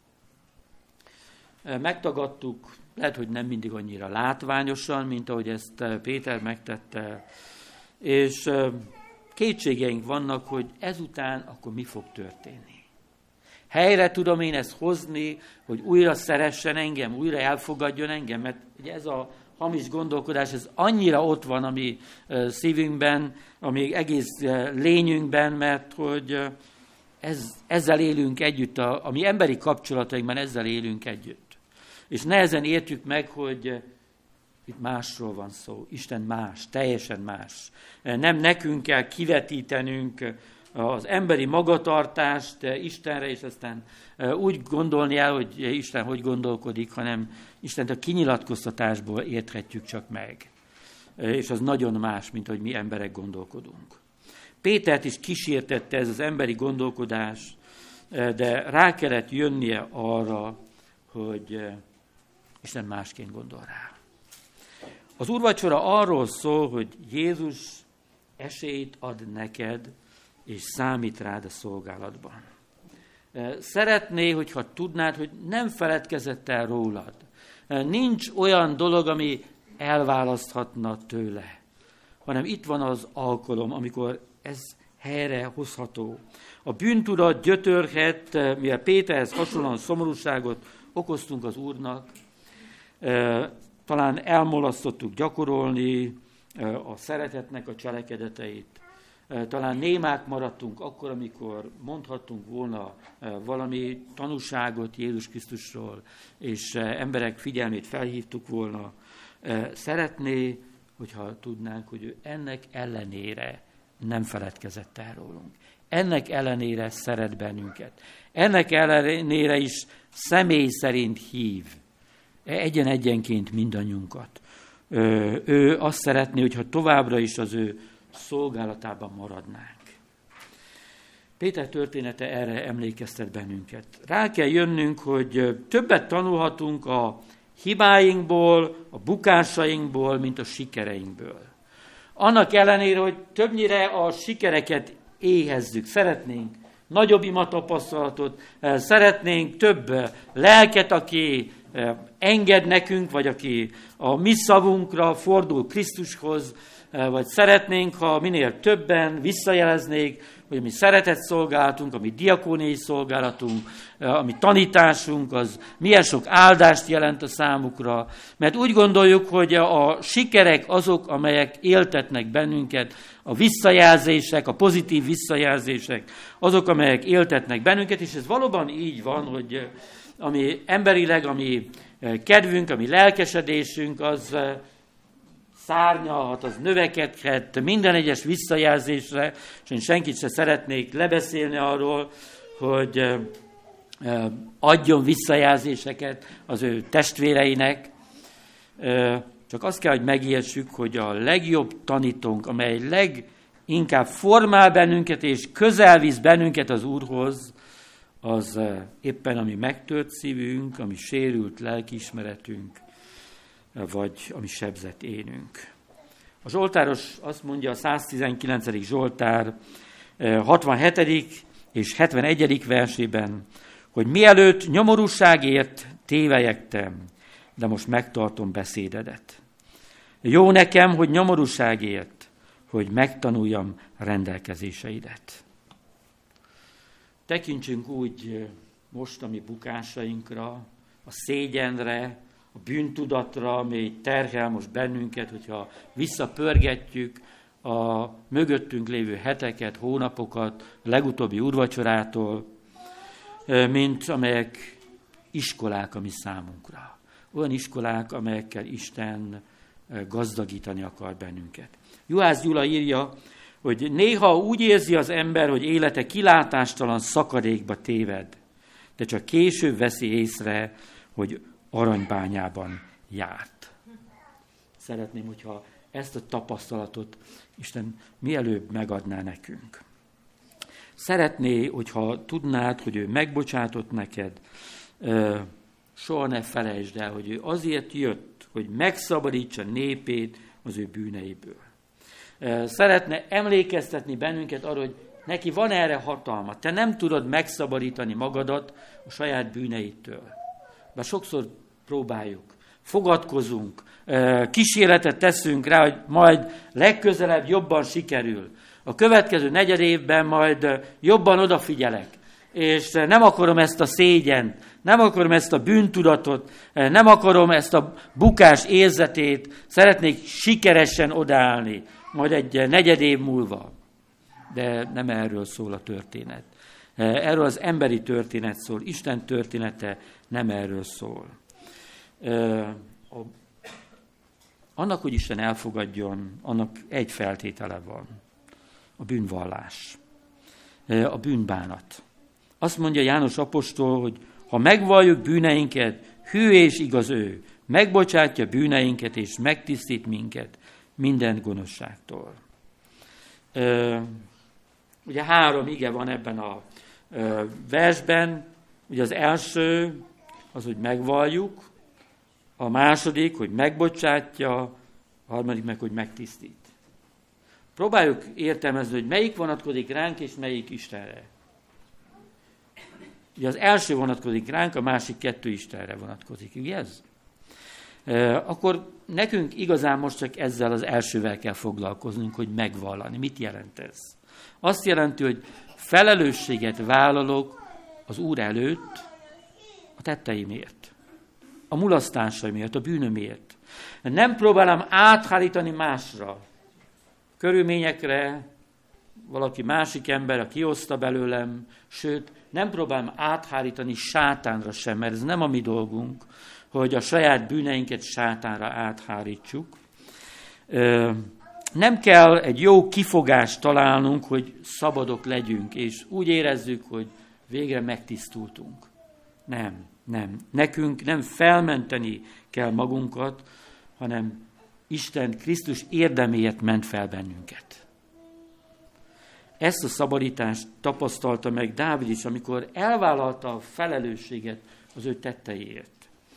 Megtagadtuk, lehet, hogy nem mindig annyira látványosan, mint ahogy ezt Péter megtette, és kétségeink vannak, hogy ezután akkor mi fog történni. Helyre tudom én ezt hozni, hogy újra szeressen engem, újra elfogadjon engem, mert ugye ez a hamis gondolkodás, ez annyira ott van a mi szívünkben, a mi egész lényünkben, mert hogy ezzel élünk együtt, a mi emberi kapcsolatainkban ezzel élünk együtt. És nehezen értjük meg, hogy itt másról van szó. Isten más, teljesen más. Nem nekünk kell kivetítenünk az emberi magatartást Istenre, és aztán úgy gondolni el, hogy Isten hogy gondolkodik, hanem Istent a kinyilatkoztatásból érthetjük csak meg. És az nagyon más, mint hogy mi emberek gondolkodunk. Pétert is kísértette ez az emberi gondolkodás, de rá kellett jönnie arra, hogy Isten másként gondol rá. Az úrvacsora arról szól, hogy Jézus esélyt ad neked, és számít rád a szolgálatban. Szeretné, hogyha tudnád, hogy nem feledkezett el rólad. Nincs olyan dolog, ami elválaszthatna tőle, hanem itt van az alkalom, amikor ez helyre hozható. A bűntudat gyötörhet, mivel Péterhez hasonlóan szomorúságot okoztunk az Úrnak, talán elmulasztottuk gyakorolni a szeretetnek a cselekedeteit, talán némák maradtunk akkor, amikor mondhattunk volna valami tanúságot Jézus Krisztusról, és emberek figyelmét felhívtuk volna. Szeretné, hogyha tudnánk, hogy ő ennek ellenére nem feledkezett el rólunk. Ennek ellenére szeret bennünket. Ennek ellenére is személy szerint hív. Egyenként mindannyiunkat. Ő azt szeretné, hogyha továbbra is az ő szolgálatában maradnánk. Péter története erre emlékeztet bennünket. Rá kell jönnünk, hogy többet tanulhatunk a hibáinkból, a bukásainkból, mint a sikereinkből. Annak ellenére, hogy többnyire a sikereket éhezzük, szeretnénk nagyobb imatapasztalatot, szeretnénk több lelket, aki enged nekünk, vagy aki a mi szavunkra fordul Krisztushoz, vagy szeretnénk, ha minél többen visszajeleznék, hogy a mi szeretett szolgálatunk, a mi diakóniai szolgálatunk, a mi tanításunk, az milyen sok áldást jelent a számukra, mert úgy gondoljuk, hogy a sikerek azok, amelyek éltetnek bennünket, a visszajelzések, a pozitív visszajelzések, azok, amelyek éltetnek bennünket, és ez valóban így van, hogy ami emberileg, ami kedvünk, ami lelkesedésünk, az szárnyalhat, az növekedhet minden egyes visszajelzésre, és én senkit se szeretnék lebeszélni arról, hogy adjon visszajelzéseket az ő testvéreinek. Csak azt kell, hogy megértsük, hogy a legjobb tanítónk, amely leginkább formál bennünket és közel visz bennünket az Úrhoz, az éppen a mi megtört szívünk, a mi sérült lelkiismeretünk, vagy a mi sebzett énünk. A Zsoltáros azt mondja a 119. Zsoltár 67. és 71. versében, hogy mielőtt nyomorúságért tévelyegtem, de most megtartom beszédedet. Jó nekem, hogy nyomorúságért, hogy megtanuljam rendelkezéseidet. Tekintsünk úgy most a mi bukásainkra, a szégyenre, a bűntudatra, amely terhel most bennünket, hogyha visszapörgetjük a mögöttünk lévő heteket, hónapokat, a legutóbbi úrvacsorától, mint amelyek iskolák a mi számunkra. Olyan iskolák, amelyekkel Isten gazdagítani akar bennünket. Juhász Gyula írja, hogy néha úgy érzi az ember, hogy élete kilátástalan szakadékba téved, de csak később veszi észre, hogy aranybányában járt. Szeretném, hogyha ezt a tapasztalatot Isten mielőbb megadná nekünk. Szeretné, hogyha tudnád, hogy ő megbocsátott neked, soha ne felejtsd el, hogy ő azért jött, hogy megszabadítsa népét az ő bűneiből. Szeretne emlékeztetni bennünket arra, hogy neki van erre hatalma. Te nem tudod megszabadítani magadat a saját bűneitől. Bár sokszor próbáljuk, fogadkozunk, kísérletet teszünk rá, hogy majd legközelebb jobban sikerül. A következő negyed évben majd jobban odafigyelek. És nem akarom ezt a szégyent, nem akarom ezt a bűntudatot, nem akarom ezt a bukás érzetét, szeretnék sikeresen odaállni, majd egy negyed év múlva. De nem erről szól a történet. Erről az emberi történet szól, Isten története nem erről szól. Annak, hogy Isten elfogadjon, annak egy feltétele van. A bűnvallás, a bűnbánat. Azt mondja János apostol, hogy ha megvalljuk bűneinket, hű és igaz ő, megbocsátja bűneinket és megtisztít minket minden gonoszságtól. Ugye 3 ige van ebben a versben. Ugye az első az, hogy megvalljuk, a második, hogy megbocsátja, a harmadik meg, hogy megtisztít. Próbáljuk értelmezni, hogy melyik vonatkozik ránk, és melyik Istenre. Ugye az első vonatkozik ránk, a másik 2 Istenre vonatkozik. Ugye ez? Akkor nekünk igazán most csak ezzel az elsővel kell foglalkoznunk, hogy megvallani. Mit jelent ez? Azt jelenti, hogy felelősséget vállalok az Úr előtt a tetteimért, a mulasztásaimért, a bűnömért. Nem próbálom áthárítani másra, körülményekre, valaki másik ember, aki kihozta belőlem, sőt, nem próbálom áthárítani sátánra sem, mert ez nem a mi dolgunk, hogy a saját bűneinket sátánra áthárítsuk. Nem kell egy jó kifogást találnunk, hogy szabadok legyünk, és úgy érezzük, hogy végre megtisztultunk. Nem. Nekünk nem felmenteni kell magunkat, hanem Isten Krisztus érdeméért ment fel bennünket. Ezt a szabadítást tapasztalta meg Dávid is, amikor elvállalta a felelősséget az ő tetteiért.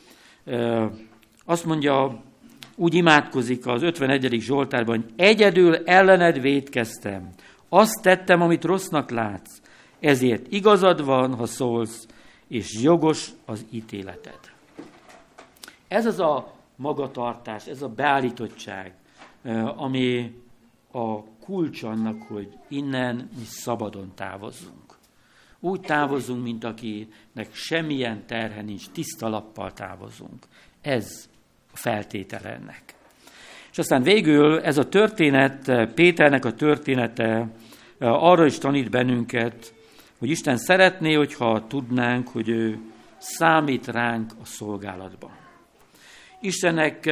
Azt mondja, úgy imádkozik az 51. Zsoltárban, hogy egyedül ellened vétkeztem, azt tettem, amit rossznak látsz, ezért igazad van, ha szólsz, és jogos az ítéleted. Ez az a magatartás, ez a beállítottság, ami a kulcs annak, hogy innen mi szabadon távozzunk. Úgy távozzunk, mint akinek semmilyen terhe nincs, tiszta lappal távozzunk. Ez a feltétele ennek. És aztán végül ez a történet, Péternek a története arra is tanít bennünket, hogy Isten szeretné, hogyha tudnánk, hogy ő számít ránk a szolgálatban. Istennek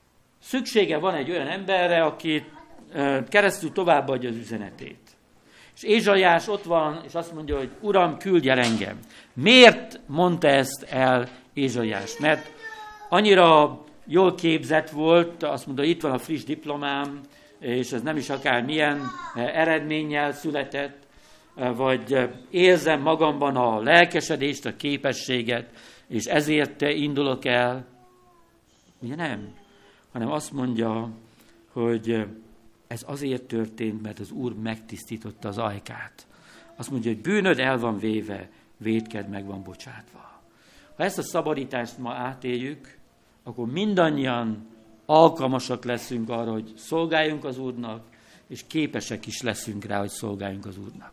szüksége van egy olyan emberre, aki keresztül továbbadja az üzenetét. És Ézsaiás ott van, és azt mondja, hogy Uram, küldj el engem. Miért mondta ezt el Ézsaiás? Mert annyira jól képzett volt, azt mondta, itt van a friss diplomám, és ez nem is akár milyen eredménnyel született, vagy érzem magamban a lelkesedést, a képességet, és ezért indulok el. Ugye nem? Hanem azt mondja, hogy ez azért történt, mert az Úr megtisztította az ajkát. Azt mondja, hogy bűnöd el van véve, vétked meg van bocsátva. Ha ezt a szabadítást ma átéljük, akkor mindannyian alkalmasak leszünk arra, hogy szolgáljunk az Úrnak, és képesek is leszünk rá, hogy szolgáljunk az Úrnak.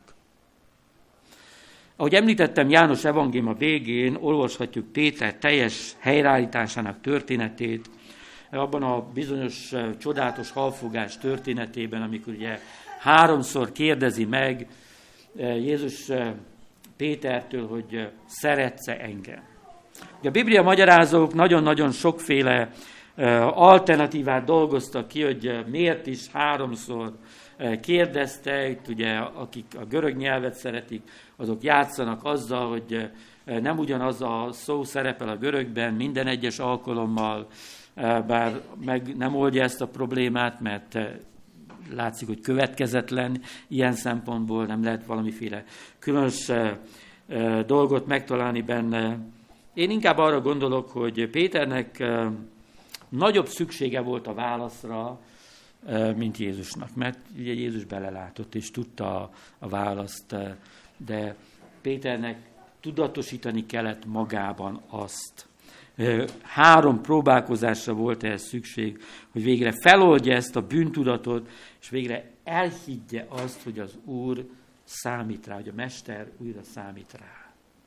Ahogy említettem, János evangéliuma végén olvashatjuk Péter teljes helyreállításának történetét, abban a bizonyos csodálatos halfogás történetében, amikor ugye 3-szor kérdezi meg Jézus Pétertől, hogy szeretsz-e engem. A Biblia magyarázók nagyon-nagyon sokféle alternatívát dolgoztak ki, hogy miért is 3-szor kérdezte. Itt ugye, akik a görög nyelvet szeretik, azok játszanak azzal, hogy nem ugyanaz a szó szerepel a görögben minden egyes alkalommal, bár meg nem oldja ezt a problémát, mert látszik, hogy következetlen ilyen szempontból, nem lehet valamiféle különös dolgot megtalálni benne. Én inkább arra gondolok, hogy Péternek nagyobb szüksége volt a válaszra, mint Jézusnak, mert ugye Jézus belelátott és tudta a választ, de Péternek tudatosítani kellett magában azt. 3 próbálkozásra volt ehhez szükség, hogy végre feloldja ezt a bűntudatot, és végre elhiggye azt, hogy az Úr számít rá, hogy a Mester újra számít rá.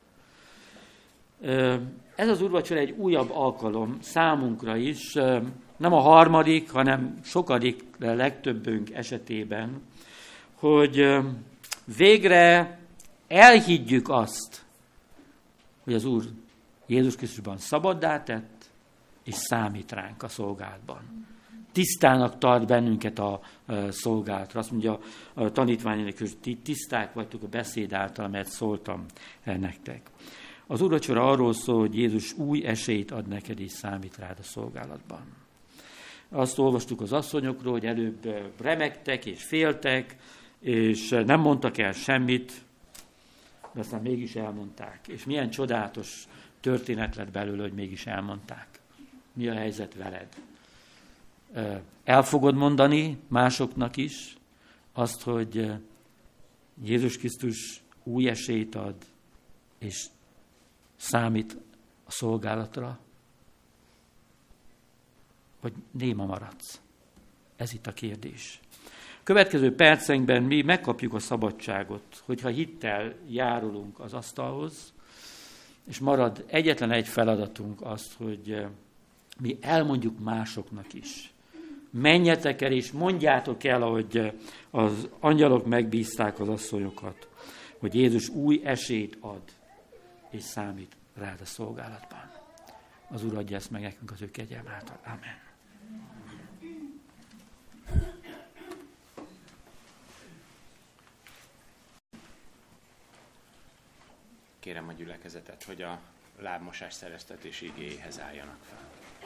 Ez az úrvacsora egy újabb alkalom számunkra is, nem a harmadik, hanem sokadik legtöbbünk esetében, hogy végre elhiggyük azt, hogy az Úr Jézus Krisztusban szabaddá tett, és számít ránk a szolgálatban. Tisztának tart bennünket a szolgálatra. Azt mondja a tanítványainak, hogy ti tiszták vagytok a beszéd által, mert szóltam nektek. Az úrvacsora arról szól, hogy Jézus új esélyt ad neked, és számít rád a szolgálatban. Azt olvastuk az asszonyokról, hogy előbb remegtek és féltek, és nem mondtak el semmit, de aztán mégis elmondták. És milyen csodálatos történet lett belőle, hogy mégis elmondták. Mi a helyzet veled? El fogod mondani másoknak is azt, hogy Jézus Krisztus új esélyt ad, és számít a szolgálatra? Vagy néma maradsz? Ez itt a kérdés. Következő percekben mi megkapjuk a szabadságot, hogyha hittel járulunk az asztalhoz, és marad egyetlen egy feladatunk azt, hogy mi elmondjuk másoknak is. Menjetek el és mondjátok el, ahogy az angyalok megbízták az asszonyokat, hogy Jézus új esélyt ad, és számít rád a szolgálatban. Az Úr adja ezt meg nekünk az ő kegyelme által. Amen. Kérem a gyülekezetet, hogy a lábmosás szereztetés igéjéhez álljanak fel.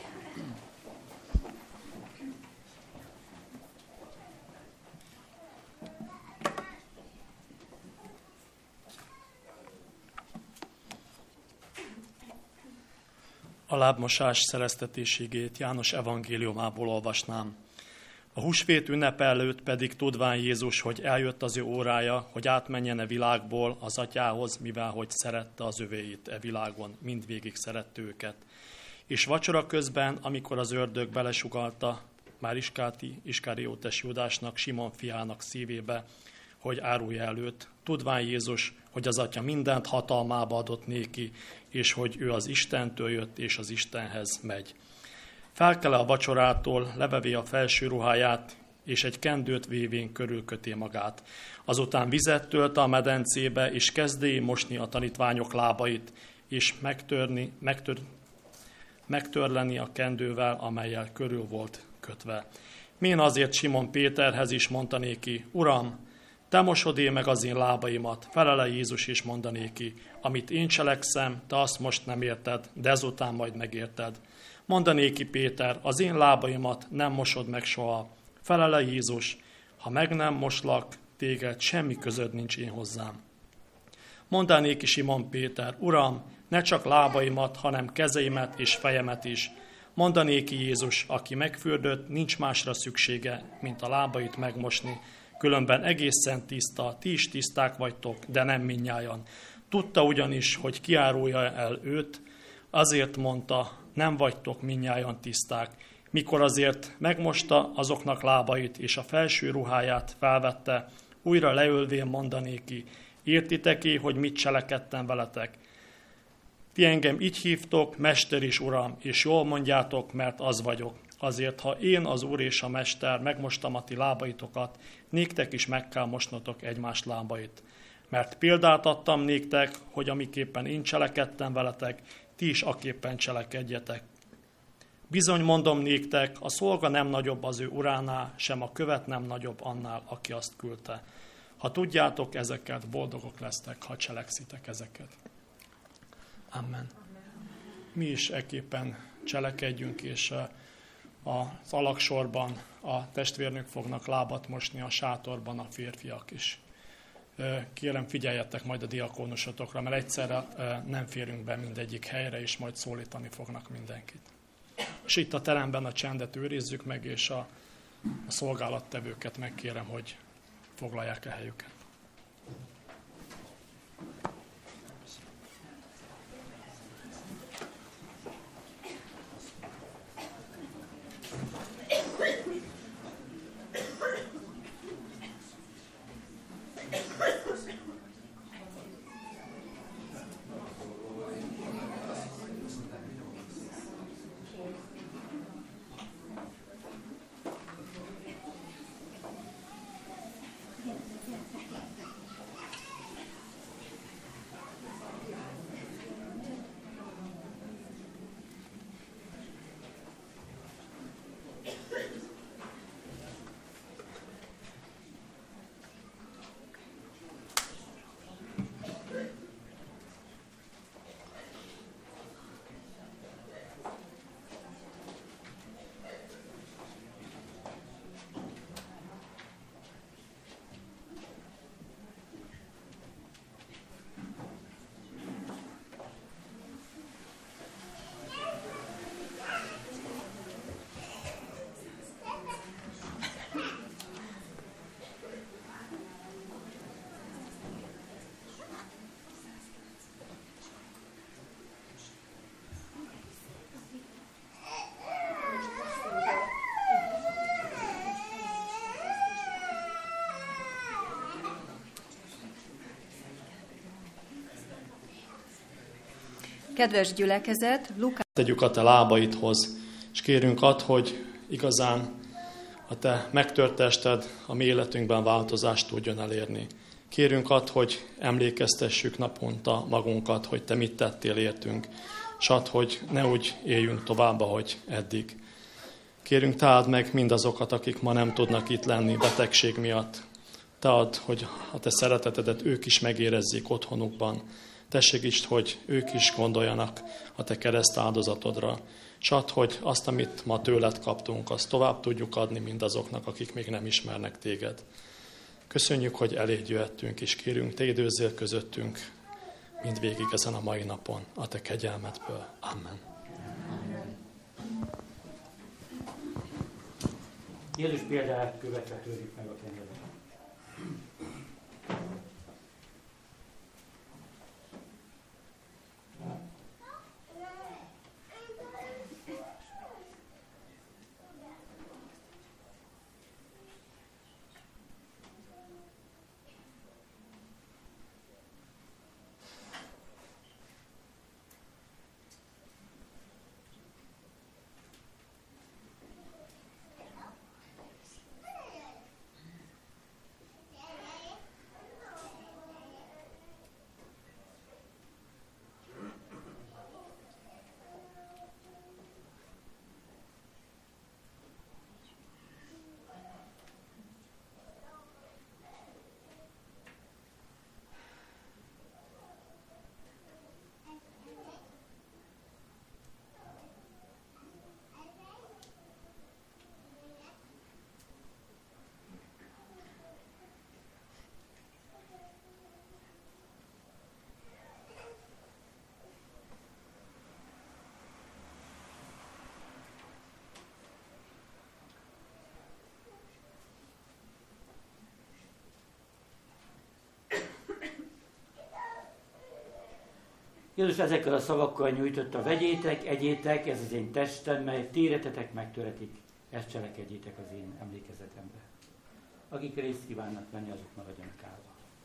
A lábmosás szereztetésségét János evangéliumából olvasnám. A húsvét ünnepe előtt pedig tudván Jézus, hogy eljött az ő órája, hogy átmenjen e világból az atyához, mivel hogy szerette az övéit e világon, mindvégig szerette őket. És vacsora közben, amikor az ördög belesugalta már Iskariótes Júdásnak, Simon fiának szívébe, hogy árulja előtt, tudván Jézus, hogy az atya mindent hatalmába adott néki, és hogy ő az Istentől jött, és az Istenhez megy. Felkel a vacsorától, levevé a felső ruháját, és egy kendőt vévén körülköté magát. Azután vizet tölt a medencébe, és kezdé mosni a tanítványok lábait, és megtörleni a kendővel, amellyel körül volt kötve. Mén azért Simon Péterhez is mondta néki, Uram, te mosod meg az én lábaimat, felele Jézus is mondanéki, amit én cselekszem, te azt most nem érted, de ezután majd megérted. Mondanéki Péter, az én lábaimat nem mosod meg soha, felele Jézus, ha meg nem moslak téged, semmi közöd nincs én hozzám. Mondanéki Simon Péter, Uram, ne csak lábaimat, hanem kezeimet és fejemet is. Mondanéki Jézus, aki megfürdött, nincs másra szüksége, mint a lábait megmosni, különben egészen tiszta, ti is tiszták vagytok, de nem mindnyájan. Tudta ugyanis, hogy kiárulja el őt, azért mondta, nem vagytok mindnyájan tiszták. Mikor azért megmosta azoknak lábait, és a felső ruháját felvette, újra leölvén mondanéki, értitek-e, hogy mit cselekedtem veletek? Ti engem így hívtok, Mester és Uram, és jól mondjátok, mert az vagyok. Azért, ha én, az Úr és a Mester, megmostam a ti lábaitokat, néktek is meg kell mosnotok egymás lábait. Mert példát adtam néktek, hogy amiképpen én cselekedtem veletek, ti is aképpen cselekedjetek. Bizony mondom néktek, a szolga nem nagyobb az ő uránál, sem a követ nem nagyobb annál, aki azt küldte. Ha tudjátok ezeket, boldogok lesztek, ha cselekszitek ezeket. Amen. Mi is ekképpen cselekedjünk, és az alagsorban a testvérnők fognak lábat mosni, a sátorban a férfiak is. Kérem, figyeljetek majd a diakónusotokra, mert egyszerre nem férünk be mindegyik helyre, és majd szólítani fognak mindenkit. És itt a teremben a csendet őrizzük meg, és a szolgálattevőket megkérem, hogy foglalják a helyüket. Kedves gyülekezet, Lukács... Tegyük a te lábaidhoz, és kérünk ad, hogy igazán a te megtört tested a mi életünkben változást tudjon elérni. Kérünk ad, hogy emlékeztessük naponta magunkat, hogy te mit tettél értünk, és add, hogy ne úgy éljünk tovább, ahogy eddig. Kérünk, te add meg mindazokat, akik ma nem tudnak itt lenni betegség miatt. Te add, hogy a te szeretetedet ők is megérezzék otthonukban. Te segítsd, hogy ők is gondoljanak a te kereszt áldozatodra, és add, hogy azt, amit ma tőled kaptunk, azt tovább tudjuk adni mindazoknak, akik még nem ismernek téged. Köszönjük, hogy eléd jöhettünk, és kérünk, te időzzél közöttünk mindvégig ezen a mai napon a te kegyelmedből. Amen. Jézus példáját követve törjük meg a kenyeret. Jézus ezekkel a szavakkal nyújtotta, vegyétek, egyétek, ez az én testem, mely téretetek megtöretik, ezt cselekedjétek az én emlékezetemre. Akik részt kívánnak venni, azok maradjanak állva.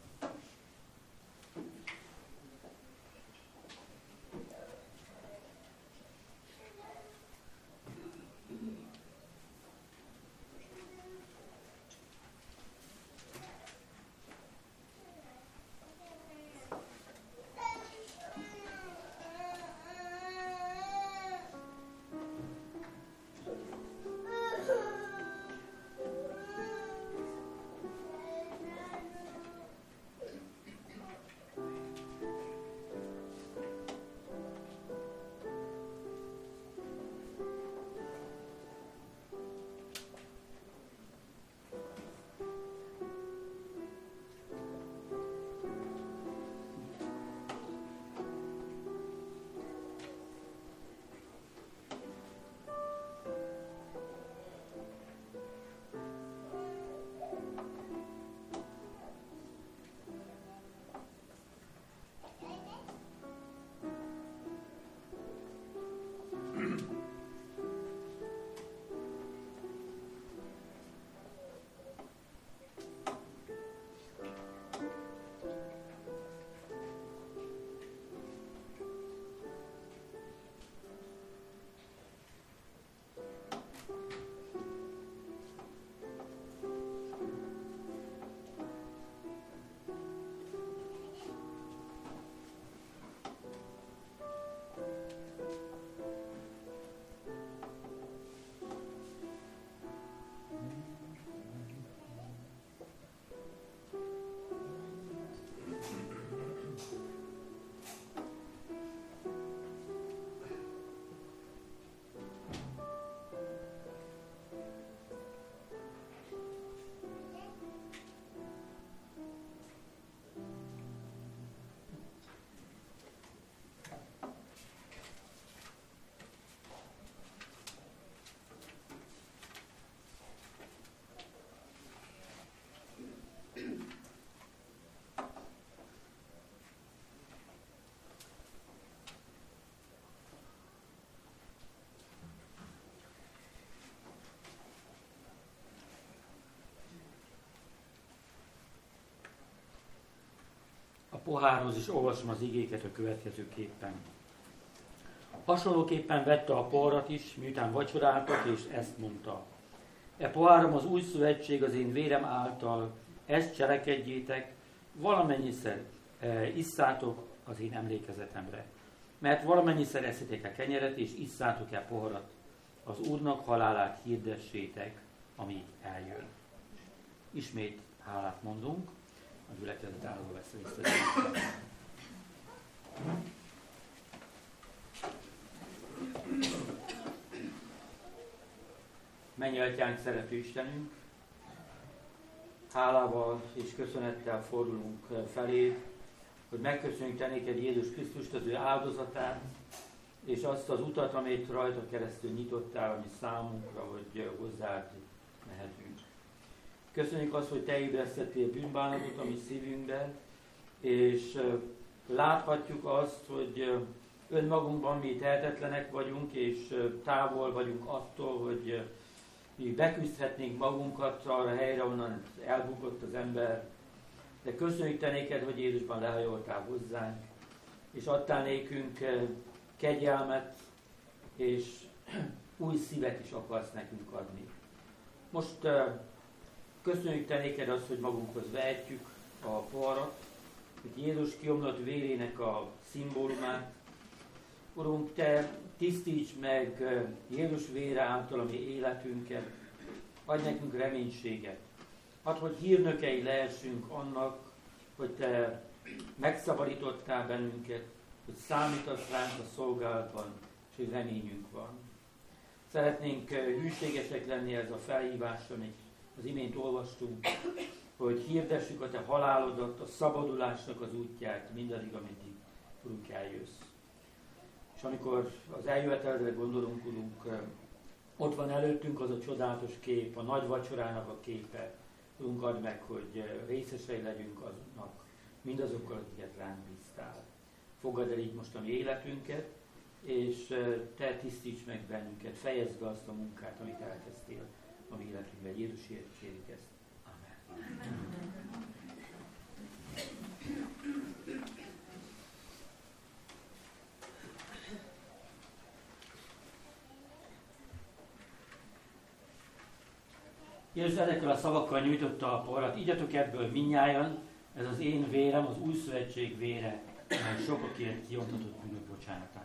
A pohárhoz is olvasom az igéket a következőképpen. Hasonlóképpen vette a poharat is, miután vacsoráltak, és ezt mondta. E poháram az új szövetség az én vérem által, ezt cselekedjétek, valamennyiszer isszátok az én emlékezetemre. Mert valamennyiszer eszitek a kenyeret, és isszátok e poharat, az Úrnak halálát hirdessétek, ami eljön. Ismét hálát mondunk, a gyülekezet álló lesz részt. Mennyei Atyánk, szerető Istenünk, hálával és köszönettel fordulunk felé, hogy megköszönjük Te néked Jézus Krisztust, az ő áldozatát, és azt az utat, amit rajta keresztül nyitottál, ami számunkra, hogy hozzád mehetünk. Köszönjük azt, hogy Te ébresztettél bűnbánatot a mi szívünkbe, és láthatjuk azt, hogy önmagunkban mi tehetetlenek vagyunk, és távol vagyunk attól, hogy mi beküzdhetnénk magunkat arra helyre, onnan elbukott az ember. De köszönjük Te néked, hogy Jézusban lehajoltál hozzánk, és adtál nékünk kegyelmet, és új szívet is akarsz nekünk adni. Most köszönjük Te néked azt, hogy magunkhoz vehetjük a poharat, hogy Jézus kiomlott vérének a szimbólumát. Urunk, Te tisztíts meg Jézus vére által a mi életünket, adj nekünk reménységet. Add, hogy hírnökei lehessünk annak, hogy Te megszabadítottál bennünket, hogy számítasz ránk a szolgálatban, és hogy reményünk van. Szeretnénk hűségesek lenni ez a felhívás, amit az imént olvastunk, hogy hirdessük a Te halálodat, a szabadulásnak az útját mindaddig, ameddig, Urunk, eljössz. És amikor az eljöveteledre gondolunk, Urunk, ott van előttünk az a csodálatos kép, a nagy vacsorának a képe. Urunk, add meg, hogy részesei legyünk azoknak, mindazokkal, akiket ránk bíztál. fogadd el így most a mi életünket, és te tisztíts meg bennünket, fejezd be azt a munkát, amit elkezdtél a mi életünkben. Jézusért kérjük ezt. Amen. Jézus ezekkel a szavakkal nyújtotta a poharat, igyatok ebből mindnyájan, ez az én vérem, az új szövetség vére, amely sokakért kiontatott bűnök bocsánatára.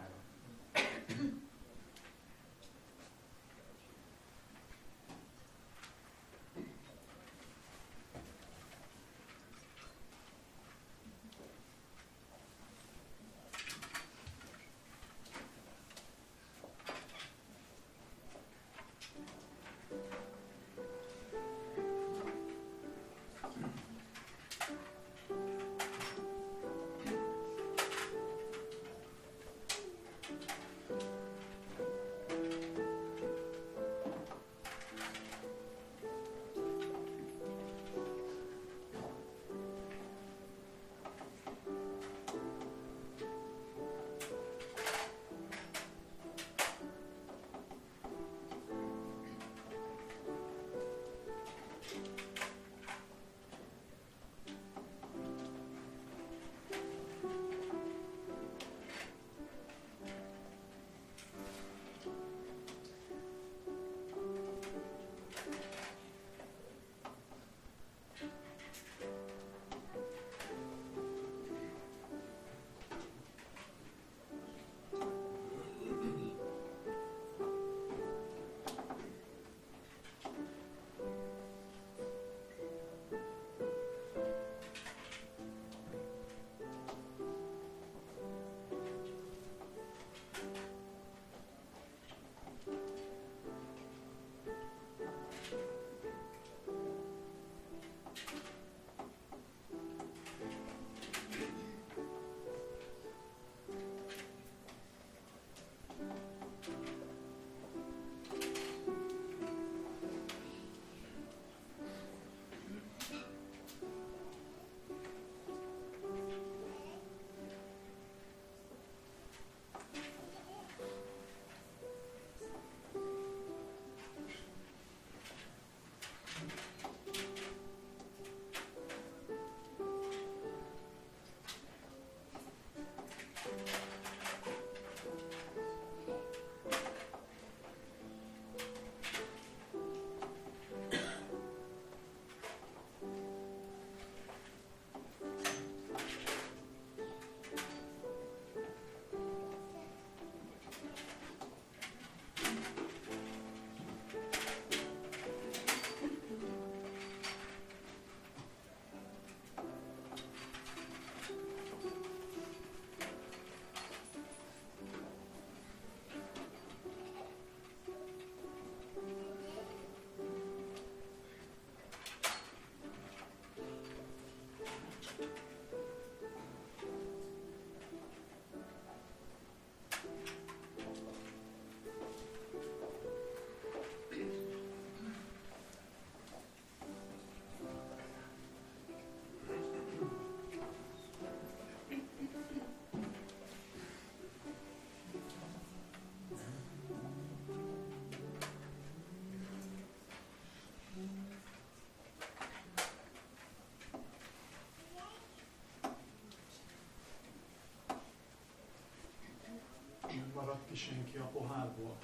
Maradt ki senki a pohárból.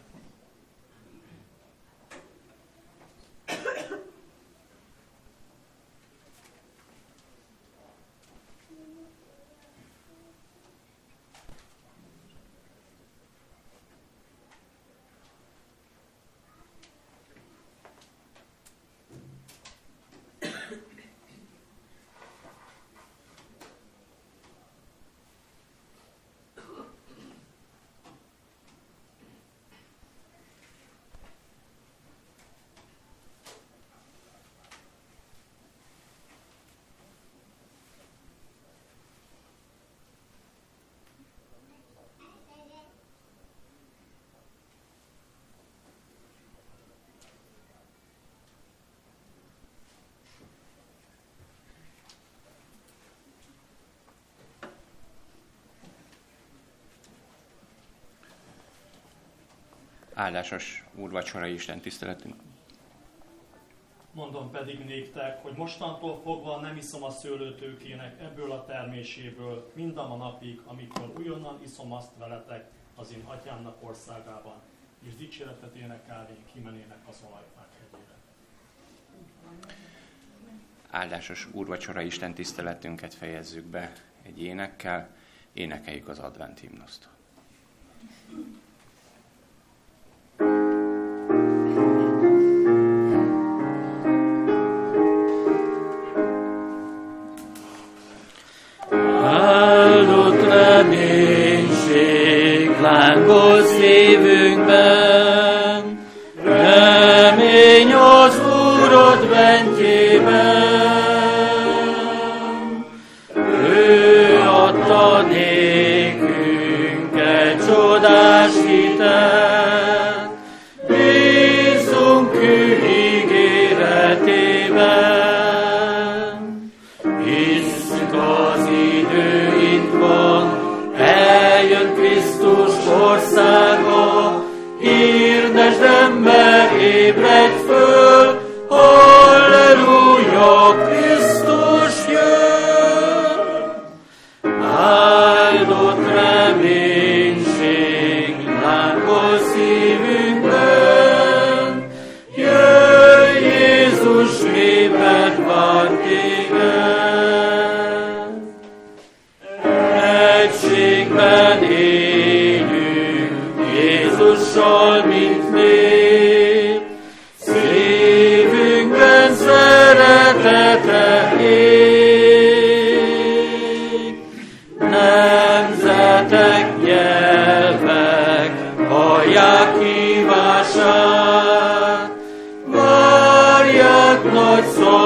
áldásos úrvacsorai Isten tiszteletünk. Mondom pedig néktek, hogy mostantól fogva nem iszom a szőlőtőkének ebből a terméséből mindama napig, amikor újonnan iszom azt veletek az én atyámnak országában, és dicséretet énekelvén kimenének az olajfák hegyére. Áldásos úrvacsora Isten tiszteletünket fejezzük be egy énekkel, énekeljük az advent himnuszt. Áldott reménység lángol szívünkben, remény az Úrod bentjében. Ő adta nékünk egy csodás hitet, bízunk ő ígéretében. Hiszünk az idő itt van, eljön Krisztus országa, hirdesd ember, ébredj föl, halleluja, Krisztus jön! Áldott reménység lángol szívünkben, jöjj, Jézus, néped vár téged. Egységben éljünk Jézussal, mint nép, szívünkben szeretete ég. Nemzetek, nyelvek hallják hívását, várják nagy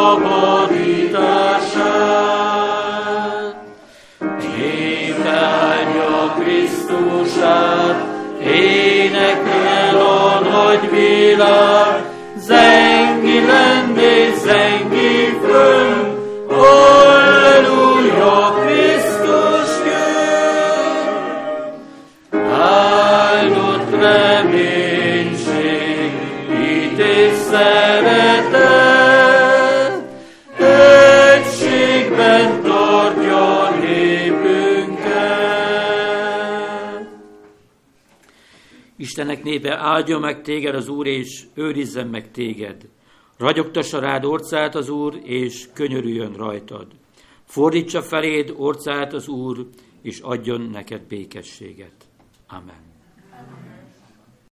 szabadítását. Imádja Krisztusát, énekel a nagy világ, zengi lendét, zengi föl, halleluja, Krisztus jön! Áldott reménység, ítél szeretet, egységben tartja népünket. Istennek népe, áldjon meg téged az Úr, és őrizzen meg téged. Ragyogtassa rád orcát az Úr, és könyörüljön rajtad. Fordítsa feléd orcát az Úr, és adjon neked békességet. Amen.